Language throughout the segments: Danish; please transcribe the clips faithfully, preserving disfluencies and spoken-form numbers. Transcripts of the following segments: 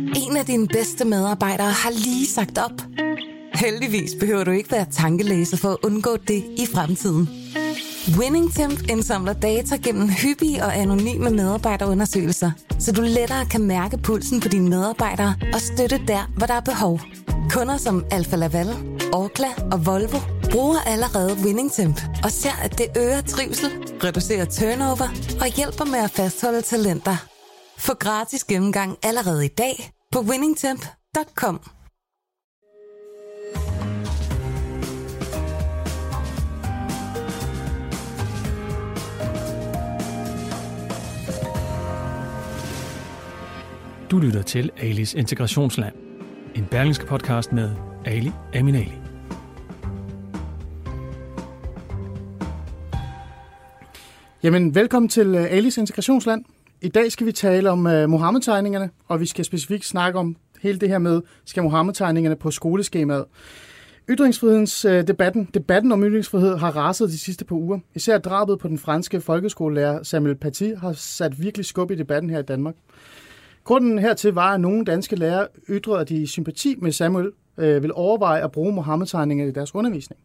En af dine bedste medarbejdere har lige sagt op. Heldigvis behøver du ikke være tankelæser for at undgå det i fremtiden. WinningTemp indsamler data gennem hyppige og anonyme medarbejderundersøgelser, så du lettere kan mærke pulsen på dine medarbejdere og støtte der, hvor der er behov. Kunder som Alfa Laval, Orkla og Volvo bruger allerede WinningTemp og ser, at det øger trivsel, reducerer turnover og hjælper med at fastholde talenter. Få gratis gennemgang allerede i dag på winning temp punktum com. Du lytter til Alis Integrationsland, en berlingske podcast med Ali Aminali. Jamen, velkommen til Alis Integrationsland. I dag skal vi tale om uh, Muhammed-tegningerne, og vi skal specifikt snakke om hele det her med, skal Muhammed-tegningerne på skoleskemaet. Ytringsfrihedsdebatten, uh, debatten om ytringsfrihed har raset de sidste par uger. Især drabet på den franske folkeskolelærer Samuel Paty har sat virkelig skub i debatten her i Danmark. Grunden hertil var, at nogle danske lærere ytrede, at de i sympati med Samuel øh, vil overveje at bruge Muhammed-tegninger i deres undervisning.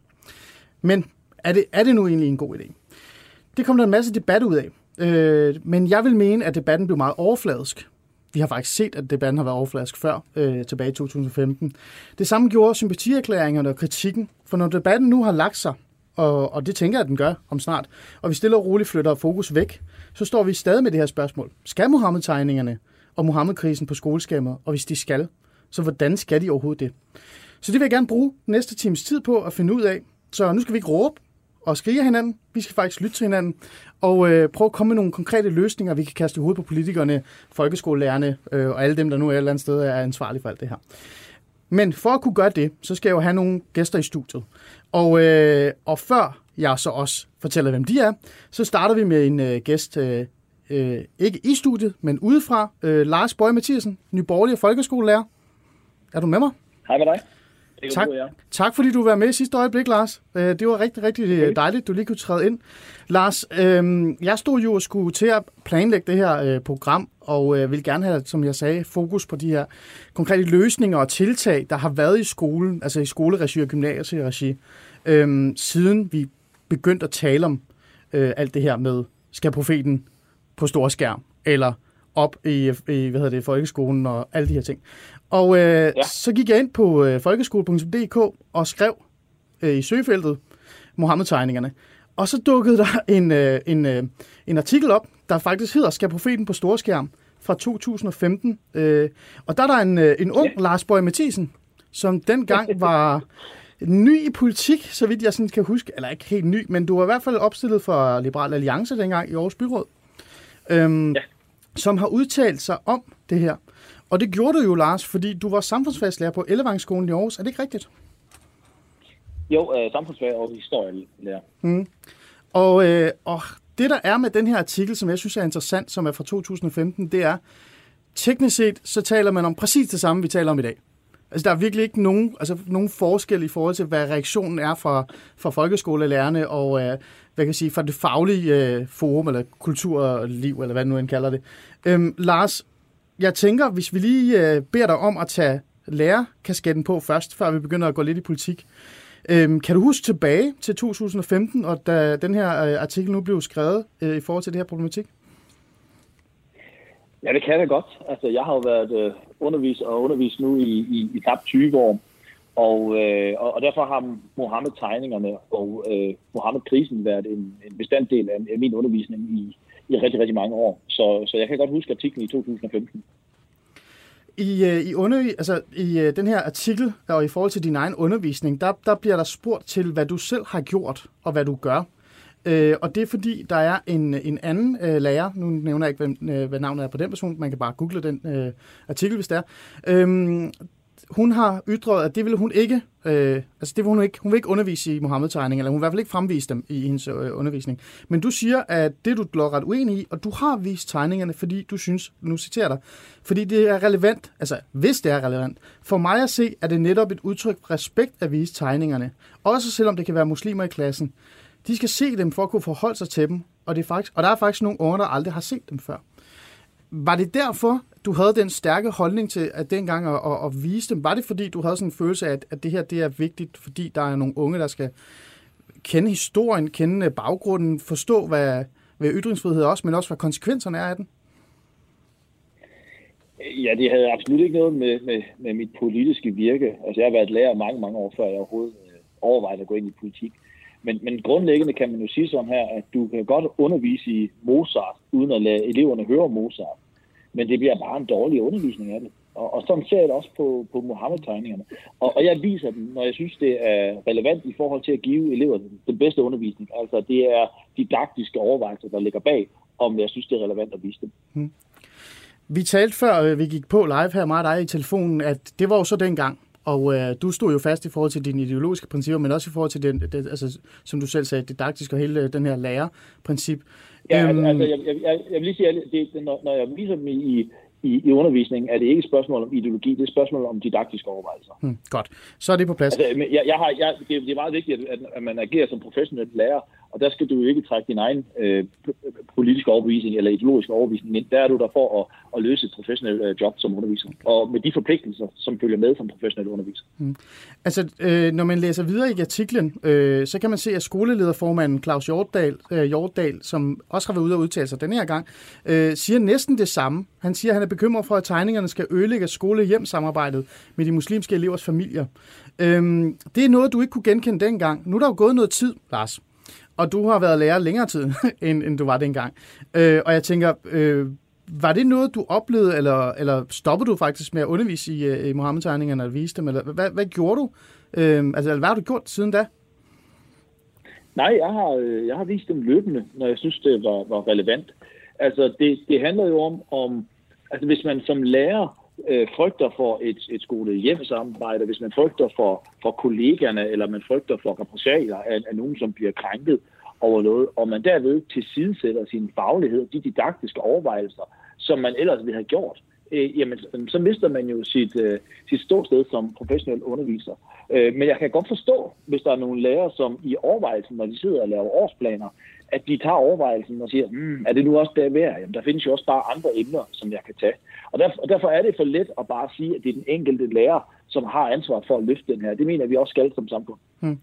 Men er det, er det nu egentlig en god idé? Det kom der en masse debat ud af. Øh, men jeg vil mene, at debatten blev meget overfladisk. Vi har faktisk set, at debatten har været overfladisk før, øh, tilbage i to tusind og femten. Det samme gjorde sympatierklæringerne og kritikken. For når debatten nu har lagt sig, og, og det tænker jeg, at den gør om snart, og vi stille og roligt flytter fokus væk, så står vi stadig med det her spørgsmål. Skal Muhammed-tegningerne og Muhammed-krisen på skoleskemaet, og hvis de skal, så hvordan skal de overhovedet det? Så det vil jeg gerne bruge næste times tid på at finde ud af. Så nu skal vi ikke råbe og skrige af hinanden. Vi skal faktisk lytte til hinanden og øh, prøve at komme med nogle konkrete løsninger, vi kan kaste i hovedet på politikerne, folkeskolelærerne øh, og alle dem, der nu er et eller andet sted er ansvarlige for alt det her. Men for at kunne gøre det, så skal jeg jo have nogle gæster i studiet. Og, øh, og før jeg så også fortæller, hvem de er, så starter vi med en øh, gæst, øh, øh, ikke i studiet, men udefra. Øh, Lars Boje Mathiasen, Nye Borgerlige folkeskolelærer. Er du med mig? Hej med dig. Tak, tak fordi du var med i sidste øjeblik, Lars. Det var rigtig, rigtig dejligt, du lige kunne træde ind. Lars, øh, jeg stod jo og skulle til at planlægge det her øh, program, og øh, vil gerne have, som jeg sagde, fokus på de her konkrete løsninger og tiltag, der har været i skolen, altså i skoleregi og gymnasieregi, øh, siden vi begyndte at tale om øh, alt det her med, skal profeten på stor skærm, eller op i, i hvad hedder det, folkeskolen og alle de her ting. Og øh, ja. så gik jeg ind på øh, folkeskole punktum d k og skrev øh, i søgefeltet Muhammed-tegningerne. Og så dukkede der en, øh, en, øh, en artikel op, der faktisk hedder, skal profeten på storskærm, fra to tusind og femten. Øh, og der er der en, øh, en ung ja. Lars Boje Mathiasen, som dengang var ny i politik, så vidt jeg sådan kan huske. Eller ikke helt ny, men du var i hvert fald opstillet for Liberal Alliance dengang i Aarhus Byråd. Øhm, ja. Som har udtalt sig om det her. Og det gjorde du jo, Lars, fordi du var samfundsfagslærer på Ellevangsskolen i Aarhus. Er det ikke rigtigt? Jo, øh, samfundsfag og historielærer. Mm. Og, øh, og det, der er med den her artikel, som jeg synes er interessant, som er fra to tusind og femten, det er, teknisk set, så taler man om præcis det samme, vi taler om i dag. Altså, der er virkelig ikke nogen, altså, nogen forskel i forhold til, hvad reaktionen er fra, fra folkeskolelærerne og øh, hvad kan jeg sige, fra det faglige øh, forum, eller kulturliv, eller hvad du nu end kalder det. Øhm, Lars, jeg tænker, hvis vi lige øh, beder dig om at tage lærerkasketten på først, før vi begynder at gå lidt i politik. Øhm, kan du huske tilbage til to tusind og femten, og da den her øh, artikel nu blev skrevet øh, i forhold til det her problematik? Ja, det kan jeg godt. Altså, jeg har jo været øh, undervis og undervist nu i, i, i knap tyve år, og, øh, og, og derfor har Muhammed-tegningerne og øh, Muhammed-krisen været en, en bestanddel af, af min undervisning i, i rigtig, rigtig mange år. Så, så jeg kan godt huske artiklen i to tusind og femten. I, øh, i, under, altså, i øh, den her artikel, og i forhold til din egen undervisning, der, der bliver der spurgt til, hvad du selv har gjort, og hvad du gør. Øh, og det er fordi, der er en, en anden øh, lærer, nu nævner jeg ikke, hvem, øh, hvad navnet er på den person, man kan bare google den øh, artikel, hvis det er. Øhm, hun har ytret, at det vil hun ikke, øh, altså det vil hun ikke, hun vil ikke undervise i Muhammed-tegning, eller hun vil i hvert fald ikke fremvise dem i hendes øh, undervisning. Men du siger, at det du er ret uenig i, og du har vist tegningerne, fordi du synes, nu citerer dig, fordi det er relevant, altså hvis det er relevant. For mig at se, er det netop et udtryk for respekt at vise tegningerne, også selvom det kan være muslimer i klassen. De skal se dem for at kunne forholde sig til dem, og, det er faktisk, og der er faktisk nogle unger, der aldrig har set dem før. Var det derfor, du havde den stærke holdning til at dengang at, at, at vise dem? Var det fordi, du havde sådan en følelse af, at, at det her det er vigtigt, fordi der er nogle unge, der skal kende historien, kende baggrunden, forstå, hvad, hvad ytringsfrihed er også, men også hvad konsekvenserne er af den? Ja, det havde absolut ikke noget med, med, med mit politiske virke. Altså, jeg har været lærer mange, mange år, før jeg overhovedet øh, overvejede at gå ind i politik. Men, men grundlæggende kan man jo sige sådan her, at du kan godt undervise i Mozart, uden at lade eleverne høre Mozart. Men det bliver bare en dårlig undervisning af det. Og, og sådan ser jeg det også på, på Muhammed-tegningerne. Og, og jeg viser dem, når jeg synes, det er relevant i forhold til at give elever den bedste undervisning. Altså, det er didaktiske overvejelser, der ligger bag, om jeg synes, det er relevant at vise dem. Hmm. Vi talte før, vi gik på live her meget af dig i telefonen, at det var jo så dengang, og øh, du stod jo fast i forhold til dine ideologiske principper, men også i forhold til, den, det, altså, som du selv sagde, didaktisk og hele den her lærerprincip. Ja, øhm, altså, jeg, jeg, jeg, jeg vil lige sige, at det, det, når, når jeg viser dem i, i, i undervisningen, er det ikke et spørgsmål om ideologi, det er et spørgsmål om didaktiske overvejelser. Hmm, godt, så er det på plads. Altså, jeg, jeg har, jeg, det, det er meget vigtigt, at, at man agerer som professionel lærer, og der skal du jo ikke trække din egen øh, politiske overbevisning eller ideologiske overbevisning ind. Der er du der for at, at løse et professionelt øh, job som underviser, og med de forpligtelser, som følger med som professionel underviser. Hmm. Altså, øh, når man læser videre i artiklen, øh, så kan man se, at skolelederformanden Claus Hjortdal, øh, Hjortdal, som også har været ude og udtale sig den her gang, øh, siger næsten det samme. Han siger, at han er bekymret for, at tegningerne skal ødelægge skole-hjem-samarbejdet med de muslimske elevers familier. Øh, det er noget, du ikke kunne genkende dengang. Nu er der jo gået noget tid, Lars. Og du har været lærer længere tid, end, end du var dengang. Øh, og jeg tænker, øh, var det noget, du oplevede, eller, eller stoppede du faktisk med at undervise i, i Muhammed-tegningerne og vise dem? Eller hvad, hvad gjorde du? Øh, altså, hvad har du gjort siden da? Nej, jeg har, jeg har vist dem løbende, når jeg synes, det var, var relevant. Altså, det, det handler jo om, om, altså hvis man som lærer øh, frygter for et, et skole-hjem-samarbejde, hvis man frygter for, for kollegerne, eller man frygter for repressalier af, af nogen, som bliver krænket over noget, og man derved tilsidesætter sin faglighed, de didaktiske overvejelser, som man ellers ville have gjort, øh, jamen, så mister man jo sit, øh, sit ståsted som professionel underviser. Øh, men jeg kan godt forstå, hvis der er nogle lærere, som i overvejelsen, når de sidder og laver årsplaner, at de tager overvejelsen og siger, mm, er det nu også der værd? Jamen, der findes jo også bare andre emner, som jeg kan tage. Og derfor, og derfor er det for let at bare sige, at det er den enkelte lærer, som har ansvar for at løfte den her. Det mener vi også skal som samfund. Hmm.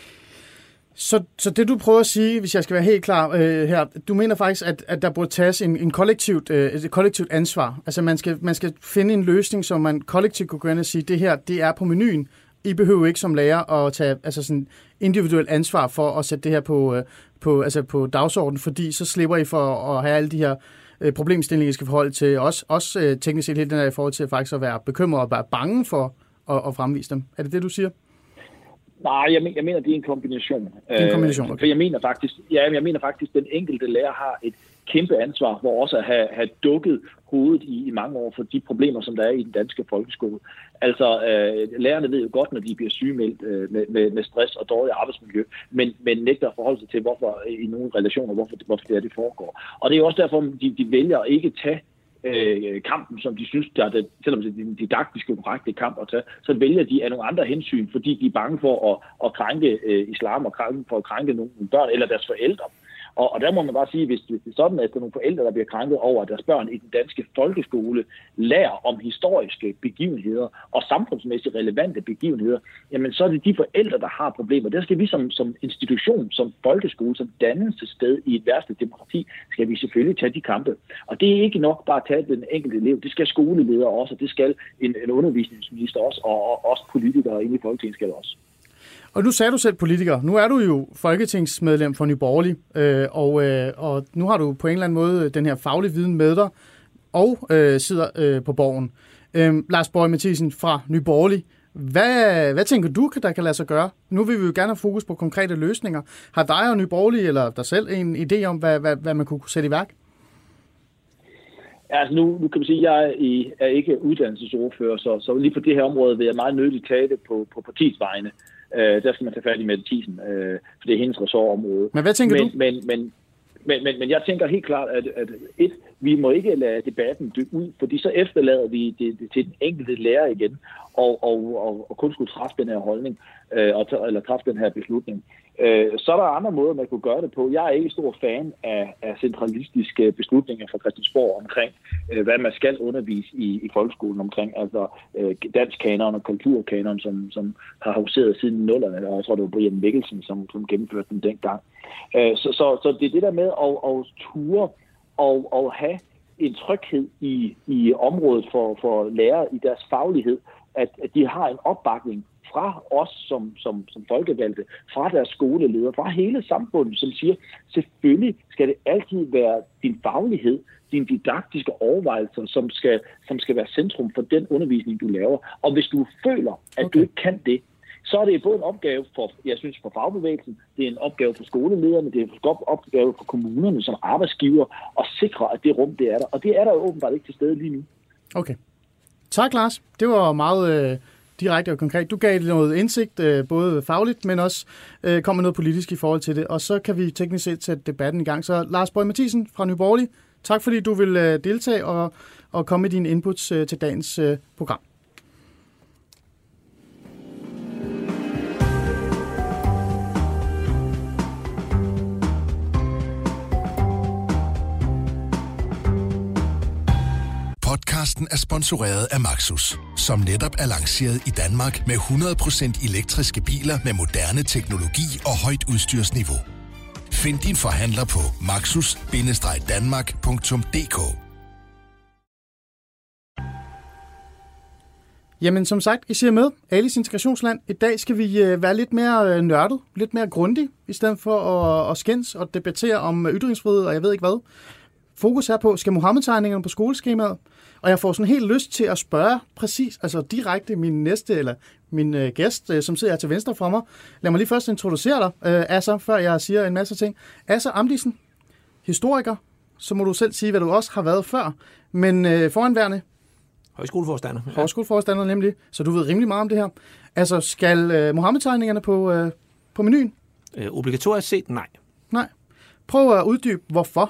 Så, så det du prøver at sige, hvis jeg skal være helt klar øh, her, du mener faktisk, at, at der burde tages en, en kollektivt, øh, et kollektivt ansvar. Altså man skal, man skal finde en løsning, som man kollektivt kunne gå ind og sige, det her, det er på menuen. I behøver ikke som lærer at tage altså sådan individuelt ansvar for at sætte det her på, på, altså på dagsordenen, fordi så slipper I for at have alle de her øh, problemstillinger, I skal forholde til. Også, også øh, teknisk set helt den her i forhold til faktisk at være bekymret og være bange for at, at fremvise dem. Er det det, du siger? Nej, jeg, men, jeg mener, det er en kombination. Det er en kombination, okay. For jeg mener faktisk, ja, jeg mener faktisk, at den enkelte lærer har et kæmpe ansvar for også at have, have dukket hovedet i, i mange år for de problemer, som der er i den danske folkeskole. Altså, øh, lærerne ved jo godt, når de bliver sygemeldt øh, med, med, med stress og dårligt arbejdsmiljø, men, men nægter at forholde sig til, hvorfor i nogle relationer, hvorfor, hvorfor det er, det foregår. Og det er også derfor, de, de vælger at ikke tage øh, kampen, som de synes, der er det, selvom det er den didaktiske korrekte kamp at tage, så vælger de af nogle andre hensyn, fordi de er bange for at, at krænke øh, islam og krænke, for at krænke nogle børn eller deres forældre. Og, og der må man bare sige, hvis det er sådan, at der er nogle forældre, der bliver krænket over, at deres børn i den danske folkeskole lærer om historiske begivenheder og samfundsmæssigt relevante begivenheder, jamen så er det de forældre, der har problemer. Der skal vi som, som institution, som folkeskole, som dannelsessted i et værste demokrati, skal vi selvfølgelig tage de kampe. Og det er ikke nok bare at tage den enkelte elev. Det skal skoleledere også, og det skal en, en undervisningsminister også, og, og også politikere inde i Folketinget skal også. Og nu sagde du selv politiker. Nu er du jo folketingsmedlem for Nye Borgerlige, øh, og, øh, og nu har du på en eller anden måde den her faglige viden med dig, og øh, sidder øh, på Borgen. Øh, Lars Boje Mathiesen fra Nye Borgerlige. Hvad, hvad tænker du, der kan lade sig gøre? Nu vil vi jo gerne have fokus på konkrete løsninger. Har dig og Nye Borgerlige, eller dig selv, en idé om, hvad, hvad, hvad man kunne sætte i værk? Altså nu, nu kan man sige, at jeg er ikke uddannelsesordfører, så, så lige på det her område vil jeg meget nødigt tage det på, på partiets vegne. Uh, der skal man tage fat i Mette Thiesen, uh, for det er hendes ressortområde. Men hvad tænker men, du? Men, men, men, men, men jeg tænker helt klart, at, at et, vi må ikke lade debatten dø ud, fordi så efterlader vi det, det til den enkelte lærer igen, og, og, og, og kun skulle træffe den her holdning, uh, og, eller træffe den her beslutning. Øh, så er der andre måder, man kunne gøre det på. Jeg er ikke stor fan af, af centralistiske beslutninger fra Christiansborg omkring, øh, hvad man skal undervise i, i folkeskolen omkring, altså øh, dansk kanon og kulturkanon, som, som har huseret siden nullerne, og jeg tror, det var Brian Mikkelsen, som, som gennemførte den dengang. Øh, så, så, så det er det der med at, at ture og, og have en tryghed i, i området for, for lærere i deres faglighed, at, at de har en opbakning fra os som, som, som folkevalgte, fra deres skoleledere, fra hele samfundet, som siger, selvfølgelig skal det altid være din faglighed, dine didaktiske overvejelser, som skal, som skal være centrum for den undervisning, du laver. Og hvis du føler, at okay. du ikke kan det, så er det både en opgave for, jeg synes, for fagbevægelsen, det er en opgave for skolelederne, det er en opgave for kommunerne som arbejdsgiver, at sikre, at det rum, det er der. Og det er der jo åbenbart ikke til stede lige nu. Okay. Tak, Lars. Det var meget øh, direkte og konkret. Du gav noget indsigt, øh, både fagligt, men også øh, kom med noget politisk i forhold til det. Og så kan vi teknisk set sætte debatten i gang. Så Lars Boje Mathiesen fra Nye Borgerlige, tak fordi du vil øh, deltage og, og komme med dine inputs øh, til dagens øh, program. Podcasten er sponsoreret af Maxus, som netop er lanceret i Danmark med hundrede procent elektriske biler med moderne teknologi og højt udstyrsniveau. Find din forhandler på maxus bindestreg danmark punktum d k. Jamen som sagt, I siger med, Alis Integrationsland. I dag skal vi være lidt mere nørdet, lidt mere grundige, i stedet for at, at skændes og debattere om ytringsfrihed, og jeg ved ikke hvad. Fokus er på, skal Muhammed-tegningerne på skoleskemaet? Og jeg får sådan helt lyst til at spørge præcis, altså direkte min næste, eller min øh, gæst, øh, som sidder her til venstre fra mig. Lad mig lige først introducere dig, øh, Asser, før jeg siger en masse ting. Asser Amdisen, historiker, så må du selv sige, hvad du også har været før, men øh, foranværende. Højskoleforstander. Ja. Højskoleforstander nemlig, så du ved rimelig meget om det her. Altså, skal øh, Muhammed-tegningerne på, øh, på menuen? Øh, obligatorisk set, nej. Nej. Prøv at uddybe, hvorfor.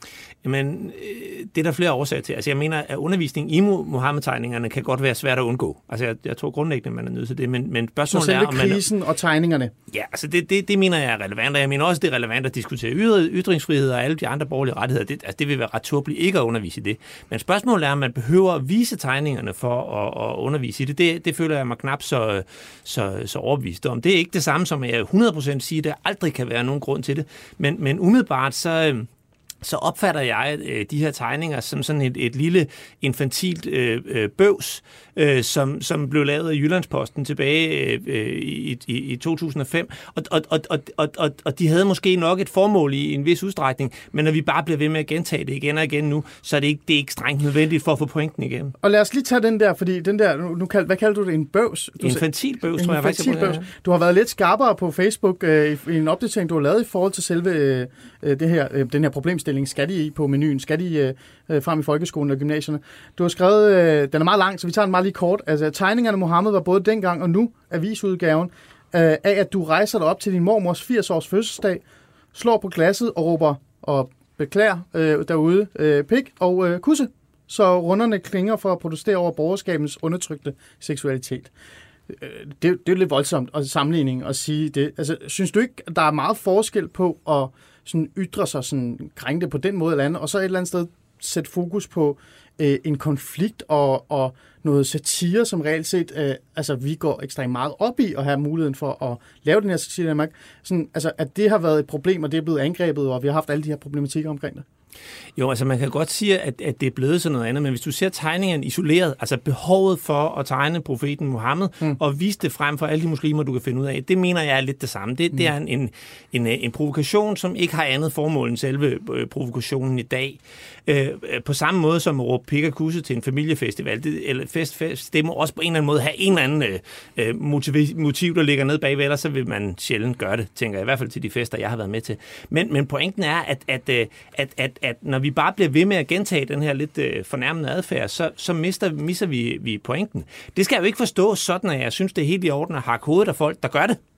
Jamen, det er der flere årsager til. Altså, jeg mener, at undervisning i Muhammed-tegningerne kan godt være svært at undgå. Altså, jeg, jeg tror grundlæggende, man er nødt til det, men, men spørgsmålet er... Så selve krisen man, og tegningerne? Ja, altså, det, det, det mener jeg er relevant, og jeg mener også, det er relevant at diskutere ytringsfrihed og alle de andre borgerlige rettigheder. Det, altså, det vil være ret tåbeligt ikke at undervise i det. Men spørgsmålet er, om man behøver at vise tegningerne for at, at undervise i det. det. Det føler jeg mig knap så, så, så overbevist om. Det er ikke det samme som, at jeg hundrede procent siger, at der aldrig kan være nogen grund til det. Men, men umiddelbart så... så opfatter jeg øh, de her tegninger som sådan et, et lille infantilt øh, øh, bøvs, øh, som, som blev lavet i Jyllandsposten tilbage øh, i, i, i to tusind og fem. Og, og, og, og, og, og de havde måske nok et formål i en vis udstrækning, men når vi bare bliver ved med at gentage det igen og igen nu, så er det ikke, det er ikke strengt nødvendigt for at få pointen igen. Og lad os lige tage den der, fordi den der, nu kald, hvad kalder du det, en bøvs? Du infantil bøvs, tror jeg faktisk. Bøvs. Du har været lidt skarpere på Facebook øh, i en opdatering, du har lavet i forhold til selve øh, det her, øh, den her problemstilling. Skal de på menuen? Skal de øh, frem i folkeskolen og gymnasierne? Du har skrevet, øh, den er meget lang, så vi tager den meget lige kort. Altså, tegningerne af Muhammed var både dengang og nu avisudgaven øh, af, at du rejser dig op til din mormors firs års fødselsdag, slår på glasset og råber og beklager øh, derude øh, pik og øh, kusse, så runderne klinger for at protestere over borgerskabens undertrykte seksualitet. Det, det er lidt voldsomt at sammenligning at sige det. Altså, synes du ikke, der er meget forskel på at sådan ytre sig sådan krænkende på den måde eller andet, og så et eller andet sted sætte fokus på øh, en konflikt og, og noget satire, som reelt set, øh, altså vi går ekstremt meget op i at have muligheden for at lave den her satire i Danmark. Sådan, altså, at det har været et problem, og det er blevet angrebet, og vi har haft alle de her problematikker omkring det. Jo, altså man kan godt sige, at, at det er blevet sådan noget andet, men hvis du ser tegningen isoleret, altså behovet for at tegne profeten Muhammed mm. og vise det frem for alle de muslimer, du kan finde ud af, det mener jeg er lidt det samme. Det, mm. det er en, en, en, en provokation, som ikke har andet formål end selve provokationen i dag. Øh, på samme måde som at råbe pik og kusse til en familiefestival, det, eller fest, fest, det må også på en eller anden måde have en eller anden øh, motiv, motiv, der ligger ned bagved, ellers så vil man sjældent gøre det, tænker jeg, i hvert fald til de fester, jeg har været med til. Men, men pointen er, at, at, at, at, at at når vi bare bliver ved med at gentage den her lidt øh, fornærmende adfærd, så, så mister, misser vi, vi pointen. Det skal jeg jo ikke forstå sådan, at jeg synes, det er helt i orden at hakke hovedet af folk, der gør det.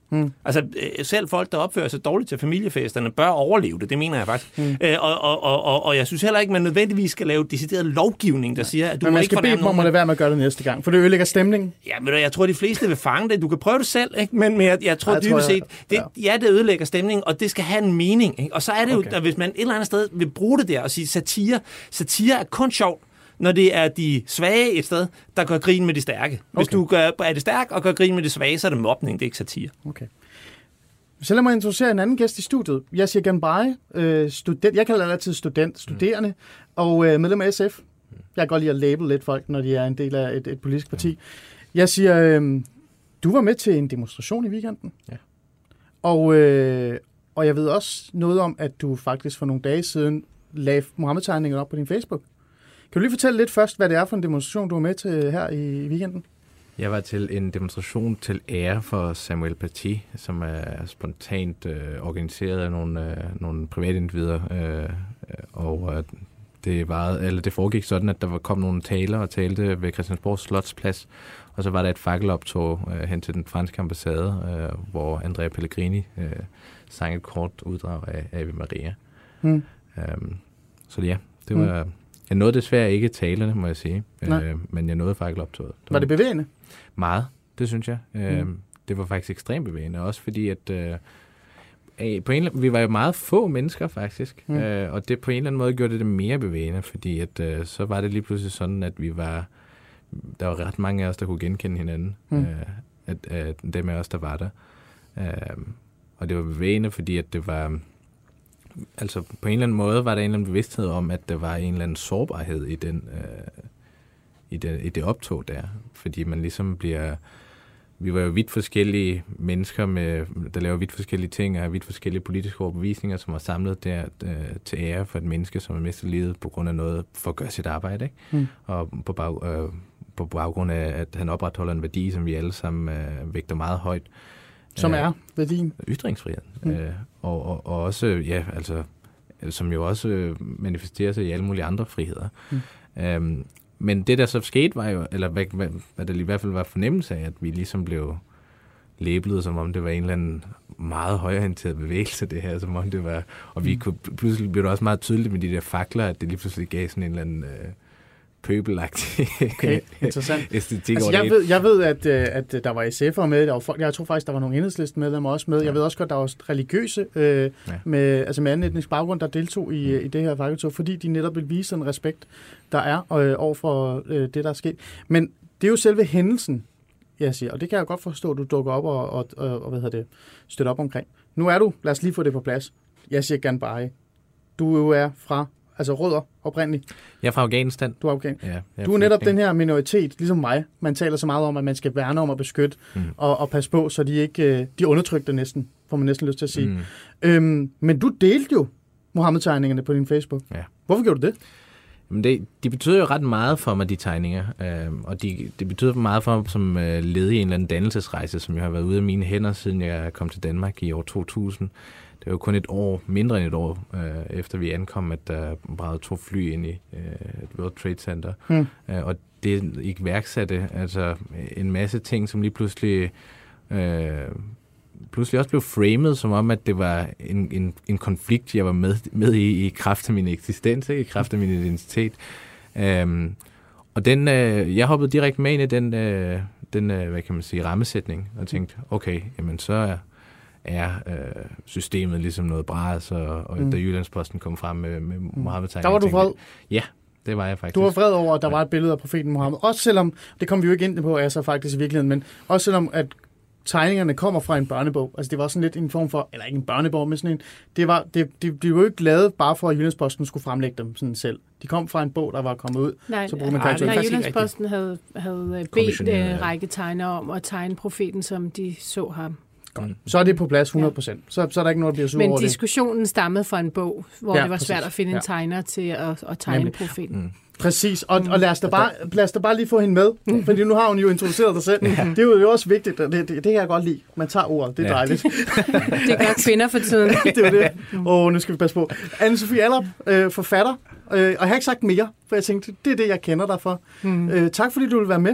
Mm. Altså, øh, selv folk, der opfører sig dårligt til familiefesterne, bør overleve det. Det mener jeg faktisk. Mm. Øh, og, og, og, og, og jeg synes heller ikke, man nødvendigvis skal lave decideret lovgivning, der siger, at du men må man ikke skal bede dem om at lade være med at gøre det næste gang, for det ødelægger stemningen. Ja, men jeg tror, de fleste vil fange det. Du kan prøve det selv, ikke? Men, men jeg, jeg tror dybest set, det, ja. ja, det ødelægger stemningen, og det skal have en mening. Ikke? Og så er det okay. jo, at hvis man et eller andet sted vil bruge det der og sige satire, satire er kun sjovt, når det er de svage et sted, der gør grin med de stærke. Hvis okay. du gør, er det stærk og gør grin med de svage, så er det mobning, det er ikke satire. Okay. Så lad mig introducere en anden gæst i studiet. Yassir Ghanbari, øh, student, jeg kalder det altid student, studerende, mm. og øh, medlem af S F. Jeg kan godt lide at label lidt folk, når de er en del af et, et politisk parti. Jeg siger, øh, du var med til en demonstration i weekenden. Ja. Og, øh, og jeg ved også noget om, at du faktisk for nogle dage siden lagde Muhammed-tegninger op på din Facebook. Kan du lige fortælle lidt først, hvad det er for en demonstration, du var med til her i weekenden? Jeg var til en demonstration til ære for Samuel Paty, som er spontant øh, organiseret af nogle, øh, nogle private individer. Øh, og øh, det, var, eller det foregik sådan, at der kom nogle taler og talte ved Christiansborg Slotsplads. Og så var der et fakkeloptog øh, hen til den franske ambassade, øh, hvor Andrea Pellegrini øh, sang et kort uddrag af Ave Maria. Mm. Um, så ja, det var... Mm. Jeg nåede desværre ikke talerne, må jeg sige, øh, men jeg nåede fakkeloptoget. Var, var det bevægende? Meget, det synes jeg. Mm. Øh, det var faktisk ekstremt bevægende, også fordi, at øh, på en, vi var jo meget få mennesker faktisk, mm. øh, og det på en eller anden måde gjorde det, det mere bevægende, fordi at, øh, så var det lige pludselig sådan, at vi var, der var ret mange af os, der kunne genkende hinanden, mm. øh, at, at dem af os, der var der. Øh, og det var bevægende, fordi at det var... Altså på en eller anden måde var der en eller anden bevidsthed om, at der var en eller anden sårbarhed i, den, øh, i, det, i det optog der. Fordi man ligesom bliver... Vi var jo vidt forskellige mennesker, med, der laver vidt forskellige ting, og har vidt forskellige politiske overbevisninger, som var samlet der øh, til ære for et menneske, som har mistet livet på grund af noget for at gøre sit arbejde. Ikke? Mm. Og på, bag, øh, på baggrund af, at han opretholder en værdi, som vi alle sammen øh, vægter meget højt. Som er værdien? Ytringsfrihed. Mm. Øh, og, og, og også, ja, altså, som jo også manifesterer sig i alle mulige andre friheder. Mm. Øhm, men det, der så skete, var jo, eller hvad, hvad, hvad der i hvert fald var fornemmelse af, at vi ligesom blev labelet, som om det var en eller anden meget højreorienteret bevægelse, det her, som om det var, og vi kunne, pludselig blev det også meget tydeligt med de der fakler, at det lige pludselig gav sådan en eller anden... Øh, pøbelagtig okay, interessant. æstetik. Altså, jeg, ved, jeg ved, at, at der var S F'ere med, der var folk, jeg tror faktisk, der var nogle Enhedslisten-medlemmer også med. Ja. Jeg ved også godt, der var religiøse øh, ja. med, altså med anden etnisk baggrund, der deltog i, mm. i det her fakkeltog, fordi de netop vil vise en respekt, der er øh, over for øh, det, der er sket. Men det er jo selve hændelsen, jeg siger, og det kan jeg godt forstå, at du dukker op og, og, og, og hvad hedder det, støtter op omkring. Nu er du, lad os lige få det på plads, Yassir Ghanbari. Du jo er fra altså rødder oprindeligt. Jeg er fra Afghanistan. Du er Afghanistan. Ja, er du er netop den her minoritet, ligesom mig. Man taler så meget om, at man skal værne om at beskytte mm. og, og passe på, så de ikke de undertrykte næsten, får man næsten lyst til at sige. Mm. Øhm, men du delte jo Muhammed-tegningerne på din Facebook. Ja. Hvorfor gjorde du det? Jamen det, de betyder jo ret meget for mig, de tegninger. Øhm, og de, det betyder meget for mig som øh, led i en eller anden dannelsesrejse, som jeg har været ude af mine hænder, siden jeg kom til Danmark i år to tusind. Det var jo kun et år, mindre end et år, øh, efter vi ankom, at der bragede to fly ind i øh, et World Trade Center. Mm. Øh, og det iværksatte altså en masse ting, som lige pludselig, øh, pludselig også blev framed, som om, at det var en, en, en konflikt, jeg var med, med i, i kraft af min eksistens, ikke? I kraft af min identitet. Øh, og den, øh, jeg hoppede direkte med ind i den, øh, den øh, hvad kan man sige, rammesætning, og tænkte, okay, jamen så er er øh, systemet ligesom noget bras, og, og mm. da Jyllandsposten kom frem med, med Muhammed-tegninger. Der var du vred? Ja, det var jeg faktisk. Du var vred over, at der ja. var et billede af profeten Muhammed. Også selvom, det kom vi jo ikke ind på, altså faktisk i virkeligheden, men også selvom, at tegningerne kommer fra en børnebog. Altså det var sådan lidt en form for, eller ikke en børnebog, men sådan en, det var, det, det, de var jo ikke lavet bare for, at Jyllandsposten skulle fremlægge dem sådan selv. De kom fra en bog, der var kommet ud. Nej, så bruger man nej, nej Jyllandsposten havde, havde bedt en række tegnere om at tegne profeten, som de så ham. Godt. Så er det på plads hundrede procent. Ja. Så, så er der ikke noget, der bliver sur Men over det. Men diskussionen stammede fra en bog, hvor ja, det var præcis. svært at finde ja. en tegner til at, at tegne Jamen. profeten. Mm. Præcis, og, og lad, os da bare, lad os da bare lige få hende med, mm. fordi nu har hun jo introduceret dig selv. Ja. Det er jo også vigtigt, det, det, det kan jeg godt lide. Man tager ordet, det er ja. dejligt. Det gør kvinder for tiden. Det er det. Åh, oh, nu skal vi passe på. Anne-Sophie Allerup, øh, forfatter, øh, og jeg har ikke sagt mere, for jeg tænkte, det er det, jeg kender dig for. Mm. Øh, tak fordi du vil være med.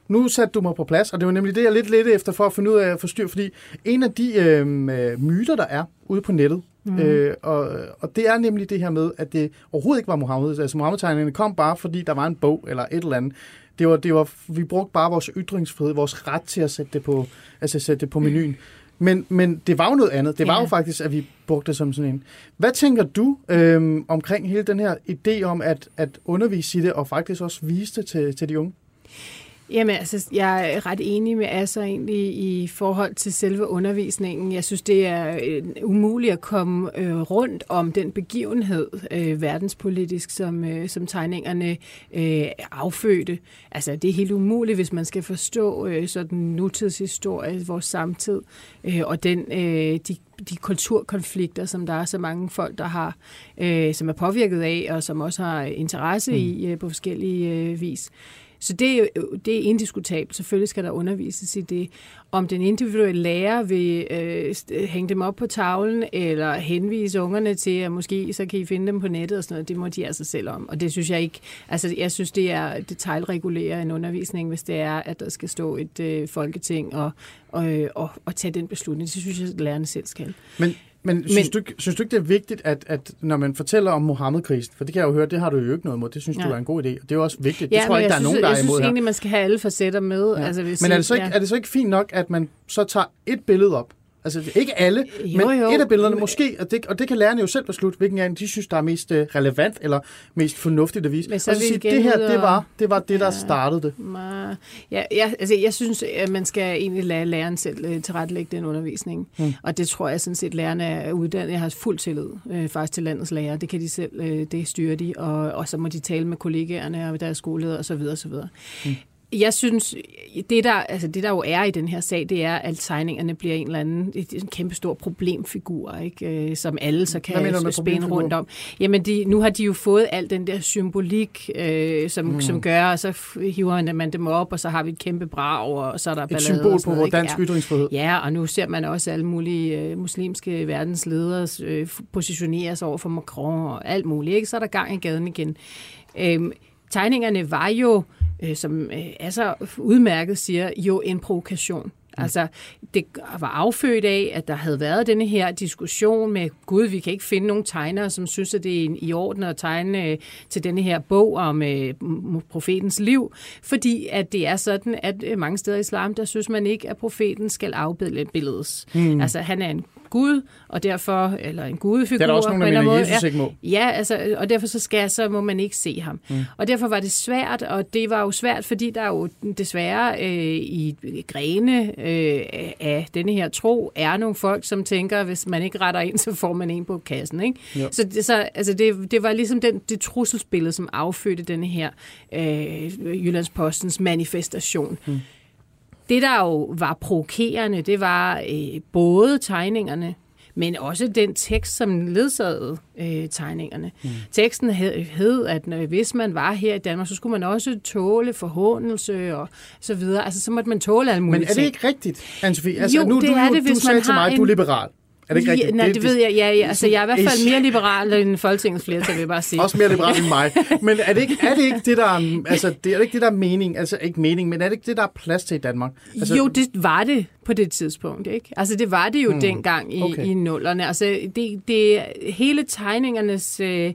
nu satte du mig på plads, og det var nemlig det, jeg lidt lidt efter for at finde ud af at forstyrre, fordi en af de øh, myter, der er ude på nettet, mm. øh, og, og det er nemlig det her med, at det overhovedet ikke var Muhammed. Altså Muhammed-tegningerne kom bare, fordi der var en bog eller et eller andet. Det var, det var, vi brugte bare vores ytringsfrihed, vores ret til at sætte det på, altså sætte det på menuen. Men, men det var jo noget andet. Det var ja. jo faktisk, at vi brugte det som sådan en. Hvad tænker du øhm, omkring hele den her idé om at, at undervise i det, og faktisk også vise det til, til de unge? Jamen, altså, jeg er ret enig med Asser egentlig i forhold til selve undervisningen. Jeg synes, det er øh, umuligt at komme øh, rundt om den begivenhed øh, verdenspolitisk, som, øh, som tegningerne øh, affødte. Altså, det er helt umuligt, hvis man skal forstå øh, sådan nutidshistorie, vores samtid, øh, og den, øh, de de kulturkonflikter, som der er så mange folk, der har, øh, som er påvirket af, og som også har interesse mm. i øh, på forskellige øh, vis. Så det er, det er indiskutabelt. Selvfølgelig skal der undervises i det. Om den individuelle lærer vil øh, hænge dem op på tavlen, eller henvise ungerne til, at måske så kan I finde dem på nettet og sådan noget, det må de altså selv om. Og det synes jeg ikke, altså jeg synes, det er detailregulere en undervisning, hvis det er, at der skal stå et øh, folketing og, og, og, og tage den beslutning. Det synes jeg, at lærerne selv skal. Men Men synes, Men, du, ikke, synes du ikke, det er vigtigt, at, at når man fortæller om Muhammed-krisen, for det kan jeg jo høre, det har du jo ikke noget imod, det synes ja. du er en god idé, og det er jo også vigtigt. Ja, det tror jeg ikke, der er synes, nogen, der er imod her. Jeg synes egentlig, man skal have alle facetter med. Ja. Altså, hvis men er det, så ikke, ja. er det så ikke fint nok, at man så tager et billede op? Altså ikke alle, jo, men jo. et af billederne måske, og det, og det kan lærerne jo selv beslutte, hvilken af de synes, der er mest uh, relevant eller mest fornuftigt at vise. Men så og så sige, det her, det var det, var det der ja, startede det. Ja, ja, altså jeg synes, at man skal egentlig lade læreren selv uh, tilrettelægge den undervisning. Hmm. Og det tror jeg sådan set, lærerne er uddannet. Jeg har fuld tillid uh, faktisk til landets lærere. Det kan de selv, uh, det styrer de, og, og så må de tale med kollegaerne og deres skoleledere osv. osv. Hmm. Jeg synes, det der, altså det der jo er i den her sag, det er, at tegningerne bliver en eller anden en kæmpe stor problemfigur, ikke? Som alle så kan spænde rundt om. Jamen, de, nu har de jo fået al den der symbolik, øh, som, mm. som gør, og så hiver man dem op, og så har vi et kæmpe brag, og så er der et ballade. Et symbol på noget, dansk ja. ytringsfrihed. Ja, og nu ser man også alle mulige øh, muslimske verdensledere øh, positioneres over for Macron og alt muligt, ikke? Så er der gang i gaden igen. Øhm, tegningerne var jo som altså udmærket siger, jo en provokation. Mm. Altså, det var affødt af, at der havde været denne her diskussion med, gud, vi kan ikke finde nogen tegnere, som synes, at det er i orden at tegne til denne her bog om uh, profetens liv, fordi at det er sådan, at mange steder i islam, der synes man ikke, at profeten skal afbilledes. Mm. Altså, han er en Gud, og derfor, eller en gudefigur. Det er der også nogen, der mener, Jesus ikke må. Ja, altså, og derfor så, skal, så må man ikke se ham. Mm. Og derfor var det svært, og det var jo svært, fordi der jo desværre øh, i grene øh, af denne her tro er nogle folk, som tænker, hvis man ikke retter ind, så får man en på kassen. Ikke? Så, det, så altså, det, det var ligesom den, det trusselsbillede, som affødte denne her øh, Jyllandspostens manifestation. Mm. Det, der jo var provokerende, det var øh, både tegningerne, men også den tekst, som ledsagede øh, tegningerne. Mm. Teksten hed, hed, at når, hvis man var her i Danmark, så skulle man også tåle forhåndelse og så videre. Altså, så måtte man tåle alle mulige ting. Men er det ikke rigtigt, Anne-Sophie? Altså, jo, nu, det du, er det, hvis du sagde man til mig, at du er liberal. Er det ikke rigtigt? Ja, nej, det, det ved jeg. Ja, ja. Altså, jeg er i hvert fald Ish. mere liberal end Folketingets flertal, vil jeg bare sige. Også mere liberal end mig. Men er det ikke, er det, ikke det, der er, altså, det, er det ikke det, der er mening? Altså, ikke mening, men er det ikke det, der er plads til i Danmark? Altså, jo, det var det på det tidspunkt, ikke? Altså, det var det jo hmm. dengang i, okay. i nullerne. Altså, det, det hele tegningernes... Øh,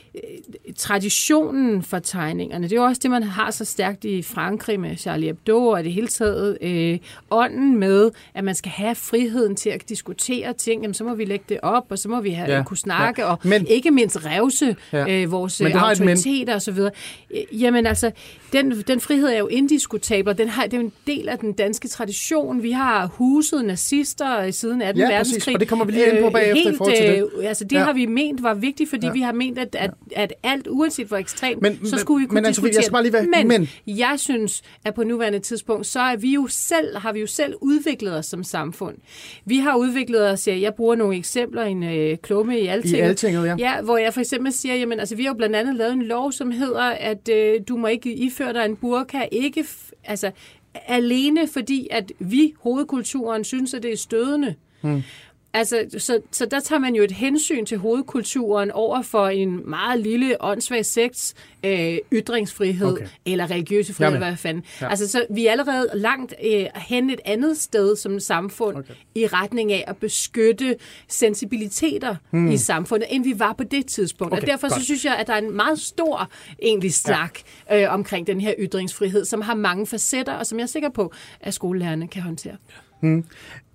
traditionen for tegningerne, det er jo også det, man har så stærkt i Frankrig med Charlie Hebdo, og det hele taget øh, ånden med, at man skal have friheden til at diskutere ting, jamen, så må vi lægge det op, og så må vi have, ja, kunne snakke, ja. og men, ikke mindst revse ja. øh, vores autoriteter og så videre. Jamen altså, den, den frihed er jo indiskutabel, og den har, det er jo en del af den danske tradition. Vi har huset nazister siden anden ja, verdenskrig. Præcis. Og det kommer vi lige ind på bagefter helt, i forhold til det. Øh, altså, det ja. har vi ment var vigtigt, fordi ja. vi har ment, at, at at alt, uanset hvor ekstremt, men, så skulle vi kunne men, diskutere jeg bare lige være, men, men jeg synes, at på nuværende tidspunkt, så er vi jo selv, har vi jo selv udviklet os som samfund. Vi har udviklet os, ja, jeg bruger nogle eksempler, en øh, klumme i Altinget, I Altinget ja. ja, hvor jeg for eksempel siger, jamen, altså, vi har jo blandt andet lavet en lov, som hedder, at øh, du må ikke iføre dig en burka, ikke, f- altså, alene fordi, at vi, hovedkulturen, synes, at det er stødende. Hmm. Altså, så, så der tager man jo et hensyn til hovedkulturen over for en meget lille åndssvag sekts øh, ytringsfrihed, okay. eller religiøse frihed, Jamen. hvad fanden. Ja. Altså, så vi er allerede langt øh, hen et andet sted som samfund, okay. i retning af at beskytte sensibiliteter hmm. i samfundet, end vi var på det tidspunkt. Okay, og derfor så synes jeg, at der er en meget stor egentlig snak ja. øh, omkring den her ytringsfrihed, som har mange facetter, og som jeg er sikker på, at skolelærerne kan håndtere. Hmm.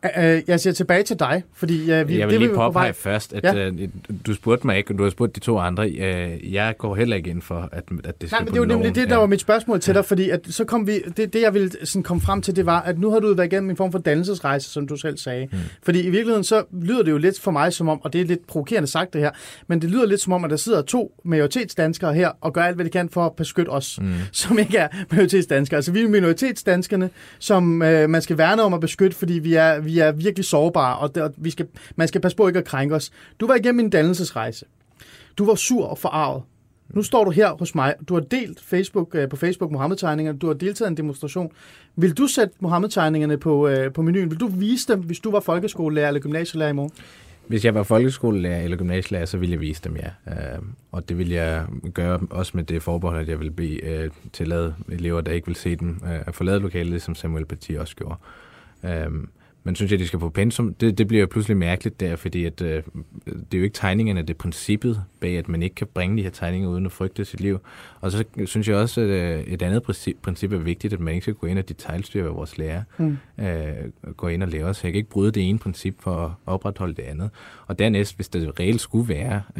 Jeg siger tilbage til dig, fordi... Uh, vi, jeg vil det, lige vi påpege først, at ja. uh, du spurgte mig ikke, og du har spurgt de to andre. Uh, jeg går heller ikke ind for, at, at det skal Nej, men det var nemlig det, der ja. var mit spørgsmål til dig, fordi at så kom vi... Det, det jeg ville sådan komme frem til, det var, at nu har du været igennem en form for dannelsesrejse, som du selv sagde. Hmm. Fordi i virkeligheden, så lyder det jo lidt for mig som om, og det er lidt provokerende sagt det her, men det lyder lidt som om, at der sidder to majoritetsdanskere her, og gør alt, hvad de kan for at beskytte os, hmm. som ikke er majoritetsdanskere. Altså vi er minoritetsdanskerne, som uh, man skal værne om at beskytte, fordi vi er, vi er virkelig sårbare, og der, vi skal, man skal passe på ikke at krænke os. Du var igennem en dannelsesrejse. Du var sur og forarvet. Nu står du her hos mig. Du har delt Facebook, uh, på Facebook Mohammed-tegningerne. Du har deltaget i en demonstration. Vil du sætte Mohammed-tegningerne på, uh, på menuen? Vil du vise dem, hvis du var folkeskolelærer eller gymnasielærer i morgen? Hvis jeg var folkeskolelærer eller gymnasielærer, så ville jeg vise dem, ja. Uh, og det vil jeg gøre også med det forbehold, at jeg vil bede uh, tillade elever, der ikke vil se dem, uh, at forlade lokalet, som Samuel Paty også gjorde. Uh, Men synes jeg, de skal på pensum, det, det bliver jo pludselig mærkeligt der, fordi at, øh, det er jo ikke tegningerne, det er princippet bag, at man ikke kan bringe de her tegninger uden at frygte sit liv. Og så synes jeg også, at øh, et andet princip, princip er vigtigt, at man ikke skal gå ind og detailstyre, hvad vores lærer mm. øh, går ind og laver. Så jeg kan ikke bryde det ene princip for at opretholde det andet. Og dernæst, hvis det reelt skulle være øh,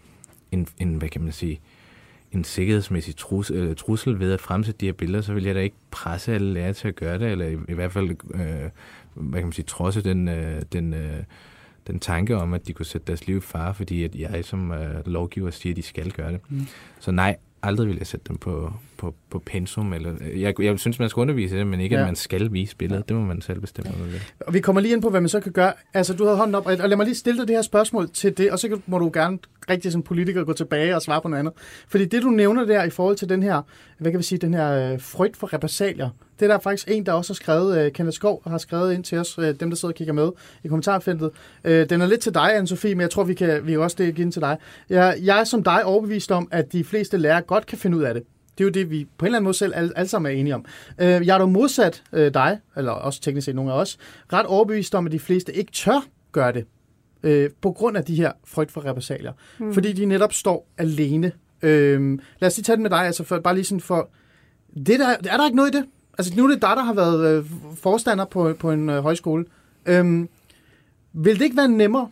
en, en, hvad kan man sige, en sikkerhedsmæssig trus, øh, trussel ved at fremsætte de her billeder, så vil jeg da ikke presse alle lærere til at gøre det, eller i, i hvert fald øh, hvad kan man sige, trodse den, øh, den, øh, den tanke om, at de kunne sætte deres liv i fare, fordi at jeg som øh, lovgiver siger, at de skal gøre det. Mm. Så nej, aldrig vil jeg sætte dem på, på, på pensum. Eller, jeg, jeg synes, man skal undervise det, men ikke, ja. at man skal vise billedet. Det må man selv bestemme. Og vi kommer lige ind på, hvad man så kan gøre. Altså, du havde hånden op, og lad mig lige stille dig det her spørgsmål til det, og så må du gerne rigtig som politiker gå tilbage og svare på noget andet. Fordi det, du nævner der i forhold til den her, hvad kan vi sige, den her øh, frygt for repressalier, det er der faktisk en, der også har skrevet, øh, Kenneth Skov har skrevet ind til os, øh, dem der sidder og kigger med i kommentarfeltet. Øh, den er lidt til dig, Anne-Sophie, men jeg tror, vi kan, vi kan også det give den til dig. Jeg, jeg er som dig overbevist om, at de fleste lærere godt kan finde ud af det. Det er jo det, vi på en eller anden måde selv alle, alle sammen er enige om. Øh, jeg er dog modsat øh, dig, eller også teknisk set nogle af os, ret overbevist om, at de fleste ikke tør gøre det. Øh, på grund af de her frygt for repressalier. Mm. Fordi de netop står alene. Øh, lad os lige tage det med dig, altså for, bare lige sådan for... Det der, er der ikke noget i det? Altså nu er det dig, der har været øh, forstander på, på en øh, højskole. Øh, vil det ikke være nemmere